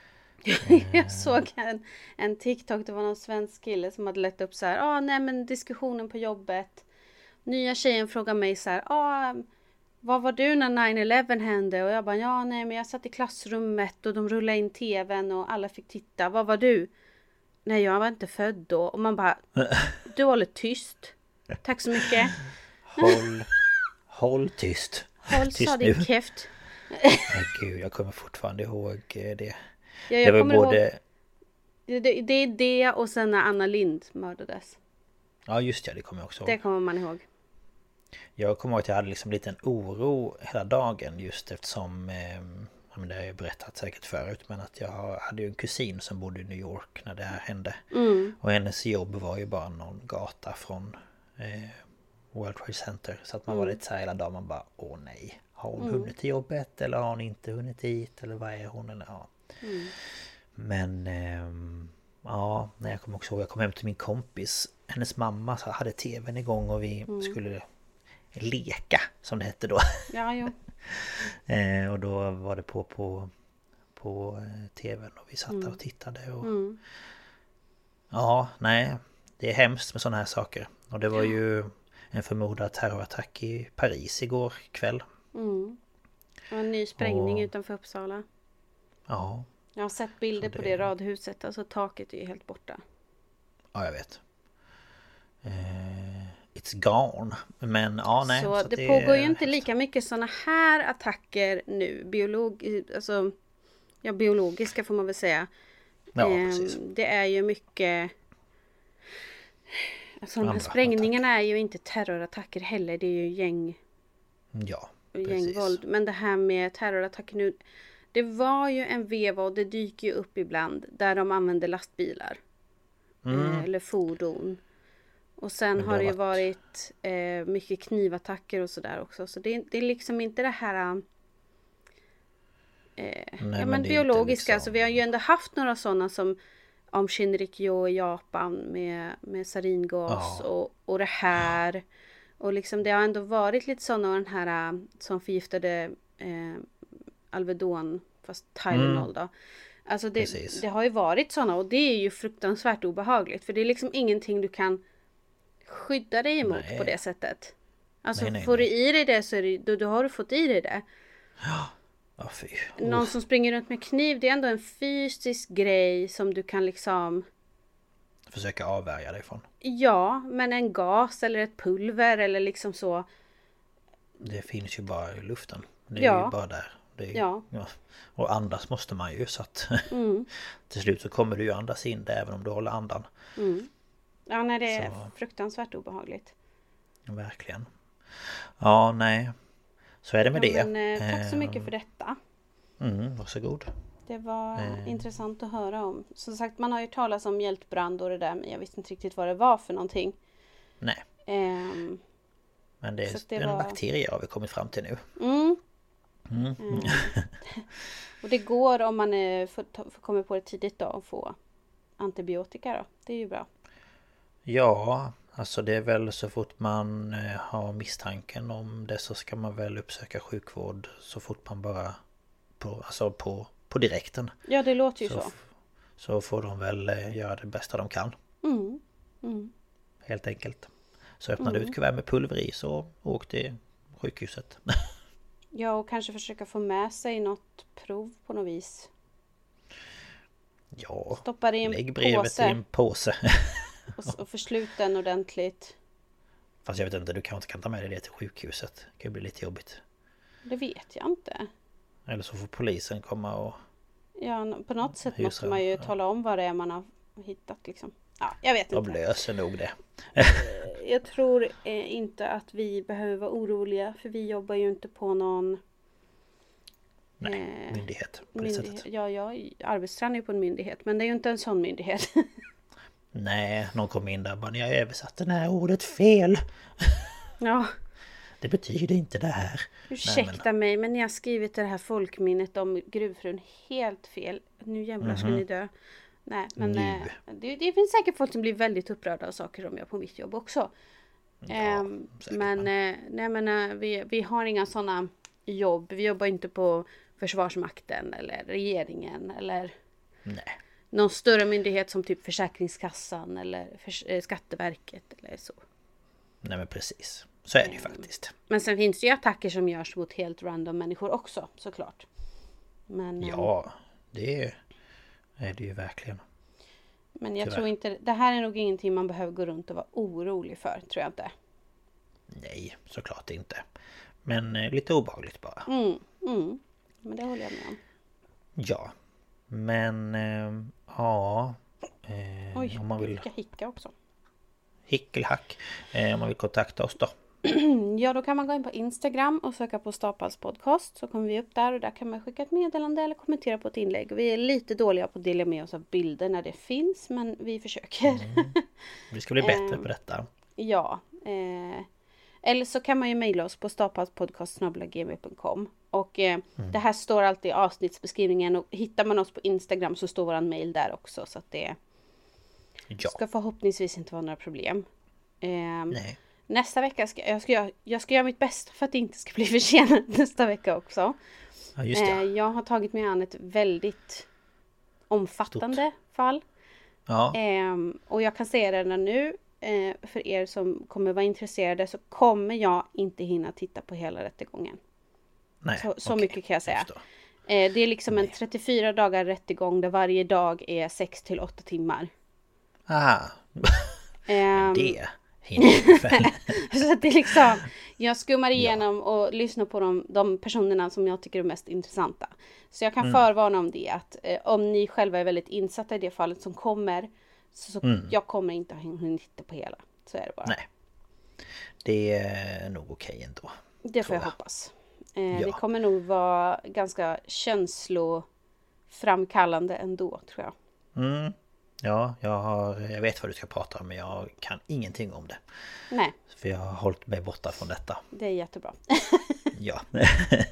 Jag såg en, en TikTok, det var någon svensk kille som hade lett upp så här. Ja, ah, nej men diskussionen på jobbet. Nya tjejen frågar mig så här. Ja, ah, vad var du när nine eleven hände? Och jag bara, ja nej men jag satt i klassrummet och de rullade in tvn och alla fick titta. Vad var du? Nej, jag var inte född då. Och man bara, du håller tyst. Tack så mycket. Håll, håll tyst. Håll tyst sa din käft. Nej gud, jag kommer fortfarande ihåg det. Ja, jag det var både... ihåg. Det, det är det och sen när Anna Lind mördades. Ja just det, det kommer jag också ihåg. Det kommer man ihåg. Jag kommer ihåg att jag hade liksom lite en oro hela dagen just eftersom, eh, ja, men det har jag berättat säkert förut, men att jag hade ju en kusin som bodde i New York när det här hände. Mm. Och hennes jobb var ju bara någon gata från eh, World Trade Center. Så att man mm. var lite så här hela dagen, man bara, åh nej, har hon mm. hunnit till jobbet eller har hon inte hunnit dit eller vad är hon? Eller, ja. Mm. Men eh, ja, när jag kom också ihåg, jag kom hem till min kompis, hennes mamma så hade tvn igång och vi mm. skulle leka som det hette då. Ja, jo. eh, och då var det på på, på eh, tvn och vi satt mm. där och tittade och mm. ja, nej, det är hemskt med sådana här saker. Och det var ju en förmodad terrorattack i Paris igår kväll. Mm. Och en ny sprängning och... utanför Uppsala. Ja. Jag har sett bilder det... på det radhuset. Alltså taket är ju helt borta. Ja, jag vet. Eh, it's gone. Men ja, nej. Så, så det, det pågår ju inte lika mycket sådana här attacker nu. Biolog... Alltså, ja, biologiska får man väl säga. Ja, eh, precis. Det är ju mycket... Alltså de här sprängningarna attacker. Är ju inte terrorattacker heller. Det är ju gäng... Ja, gängvåld. Men det här med terrorattacker nu... Det var ju en veva och det dyker ju upp ibland där de använder lastbilar. Mm. Eller fordon. Och sen det har det ju varit, varit eh, mycket knivattacker och sådär också. Så det, det är liksom inte det här... Eh, Nej, ja, men, men biologiska. Liksom... Alltså, vi har ju ändå haft några sådana som om Shinrikyo i Japan med, med saringas ja. och, och det här. Ja. Och liksom det har ändå varit lite sådana, den här som förgiftade eh, Alvedon, fast Tylenol mm. då. Alltså det, det har ju varit sådana, och det är ju fruktansvärt obehagligt. För det är liksom ingenting du kan skydda dig emot nej. på det sättet. Alltså nej, nej, får nej. du i dig det så är det, då, då har du fått i dig det. Ja. Oh, fy. Någon som springer runt med kniv, det är ändå en fysisk grej som du kan liksom försöka avvärja dig från. Ja, men en gas eller ett pulver eller liksom så. Det finns ju bara i luften. Det är ja. ju bara där. Det är, ja. ja. Och andas måste man ju, så att mm. till slut så kommer du ju andas in det även om du håller andan. Mm. Ja, nej, det är så... fruktansvärt obehagligt. Verkligen. Ja, nej. Så är det med ja, det. Men, eh, tack så mycket för detta. Mm, varsågod. Det var eh. intressant att höra om. Som sagt, man har ju talat om hjältbrand och det där, men jag visste inte riktigt vad det var för någonting. Nej. Eh, men det är det en var... bakterie har vi kommit fram till nu. Mm. Mm. Eh. Och det går om man är, får, får komma på det tidigt då och få antibiotika då. Det är ju bra. Ja, alltså det är väl så fort man har misstanken om det så ska man väl uppsöka sjukvård så fort man bara på, alltså på, på direkten. Ja, det låter ju så. Så, så får de väl göra det bästa de kan. Mm. Mm. Helt enkelt. Så öppnar mm. du ett kuvert med pulver i så åk till sjukhuset. Ja, och kanske försöka få med sig något prov på något vis. Ja, stoppa det i en lägg brevet påse. i en påse. och, och förslut den ordentligt. Fast jag vet inte, du kan inte kan ta med dig det till sjukhuset. Det kan bli lite jobbigt. Det vet jag inte. Eller så får polisen komma och... Ja, på något sätt husra. Måste man ju ja. tala om vad det är man har hittat liksom. Ja, jag vet De inte. De löser nog det. Jag tror eh, inte att vi behöver vara oroliga. För vi jobbar ju inte på någon... Nej, myndighet på det myndighet. sättet. Ja, jag arbetstränar ju på en myndighet. Men det är ju inte en sån myndighet. Nej, någon kom in där och bara, jag översatte det här ordet fel. Ja. Det betyder inte det här. Ursäkta Nej, men... mig, men ni har skrivit det här folkminnet om gruvfrun helt fel. Nu jävlar ska mm-hmm. ni dö. Nej, men eh, det, det finns säkert folk som blir väldigt upprörda av saker om jag på mitt jobb också. Ja, eh, men eh, nej, men eh, vi, vi har inga sådana jobb. Vi jobbar inte på Försvarsmakten eller regeringen eller nej. någon större myndighet som typ Försäkringskassan eller för, eh, Skatteverket eller så. Nej, men precis. Så är det ju faktiskt. Men sen finns det ju attacker som görs mot helt random människor också, såklart. Men, ja, det är, är det ju verkligen. Men jag Tyvärr. tror inte, det här är nog ingenting man behöver gå runt och vara orolig för, tror jag inte. Nej, såklart inte. Men eh, lite obehagligt bara. Mm, mm. Men det håller jag med om. Ja, men eh, ja. Eh, Oj, om man vill... jag fick hicka också. Hickelhack. Eh, om man vill kontakta oss då. Ja, då kan man gå in på Instagram och söka på Stapals podcast. Så kommer vi upp där och där kan man skicka ett meddelande eller kommentera på ett inlägg. Vi är lite dåliga på att dela med oss av bilder när det finns, men vi försöker. Mm. Vi ska bli bättre på detta. Ja. Eh, eller så kan man ju mejla oss på stapalspodcast snabel-a gmail punkt com. Och eh, mm. det här står alltid i avsnittsbeskrivningen. Och hittar man oss på Instagram så står våran mejl där också. Så att det ja. ska förhoppningsvis inte vara några problem. Eh, Nej. Nästa vecka ska jag, ska jag, jag ska göra mitt bästa för att det inte ska bli försenat nästa vecka också. Ja, just det. Eh, jag har tagit mig an ett väldigt omfattande Stort. fall. Ja. Eh, och jag kan säga redan nu, eh, för er som kommer vara intresserade, så kommer jag inte hinna titta på hela rättegången. Nej, så så okay. mycket kan jag säga. Jag eh, det är liksom Nej. en trettiofyra dagar rättegång där varje dag är sex till åtta timmar. Aha. eh, det så att det är liksom, jag skummar igenom ja. och lyssnar på de, de personerna som jag tycker är mest intressanta. Så jag kan mm. förvarna om det, att eh, om ni själva är väldigt insatta i det fallet som kommer, så, så mm. jag kommer inte ha hunnit titta på hela. Så är det bara. Nej. Det är nog okej ändå. Det får jag, jag hoppas. Eh, ja. Det kommer nog vara ganska känsloframkallande ändå, tror jag. Mm. Ja, jag, har, jag vet vad du ska prata om, men jag kan ingenting om det. Nej. För jag har hållit mig borta från detta. Det är jättebra. Ja. ja,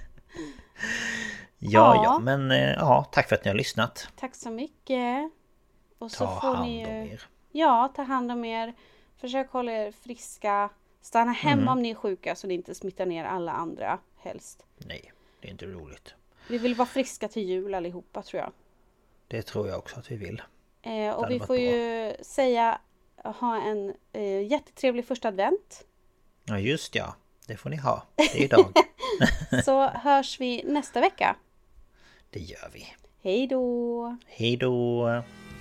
ja, ja, men ja, tack för att ni har lyssnat. Tack så mycket. Och så ta får hand ni ju... om er. Ja, ta hand om er. Försök hålla er friska. Stanna hemma mm. om ni är sjuka så ni inte smittar ner alla andra helst. Nej, det är inte roligt. Vi vill vara friska till jul allihopa, tror jag. Det tror jag också att vi vill. Eh, och vi får bra. ju säga ha en eh, jättetrevlig första advent. Ja, just ja. Det får ni ha. Det är idag. Så hörs vi nästa vecka. Det gör vi. Hej då. Hej då.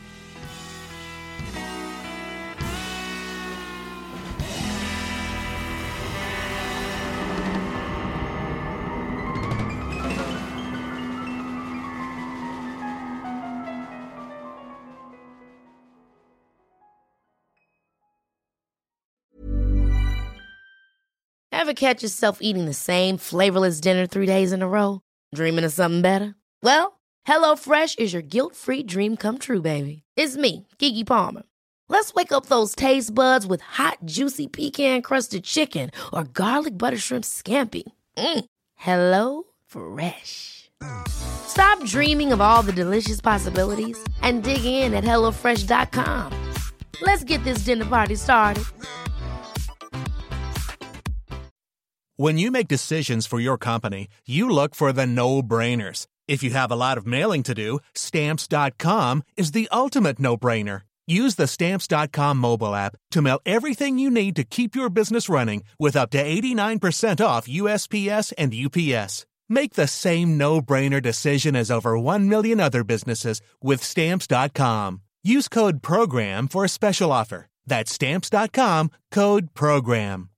Ever catch yourself eating the same flavorless dinner three days in a row? Dreaming of something better? Well, HelloFresh is your guilt-free dream come true, baby. It's me, Keke Palmer. Let's wake up those taste buds with hot, juicy pecan-crusted chicken or garlic butter shrimp scampi. Mm. Hello Fresh. Stop dreaming of all the delicious possibilities and dig in at hello fresh dot com. Let's get this dinner party started. When you make decisions for your company, you look for the no-brainers. If you have a lot of mailing to do, Stamps dot com is the ultimate no-brainer. Use the Stamps dot com mobile app to mail everything you need to keep your business running with up to eighty-nine percent off U S P S and U P S. Make the same no-brainer decision as over one million other businesses with Stamps dot com. Use code PROGRAM for a special offer. That's Stamps dot com, code PROGRAM.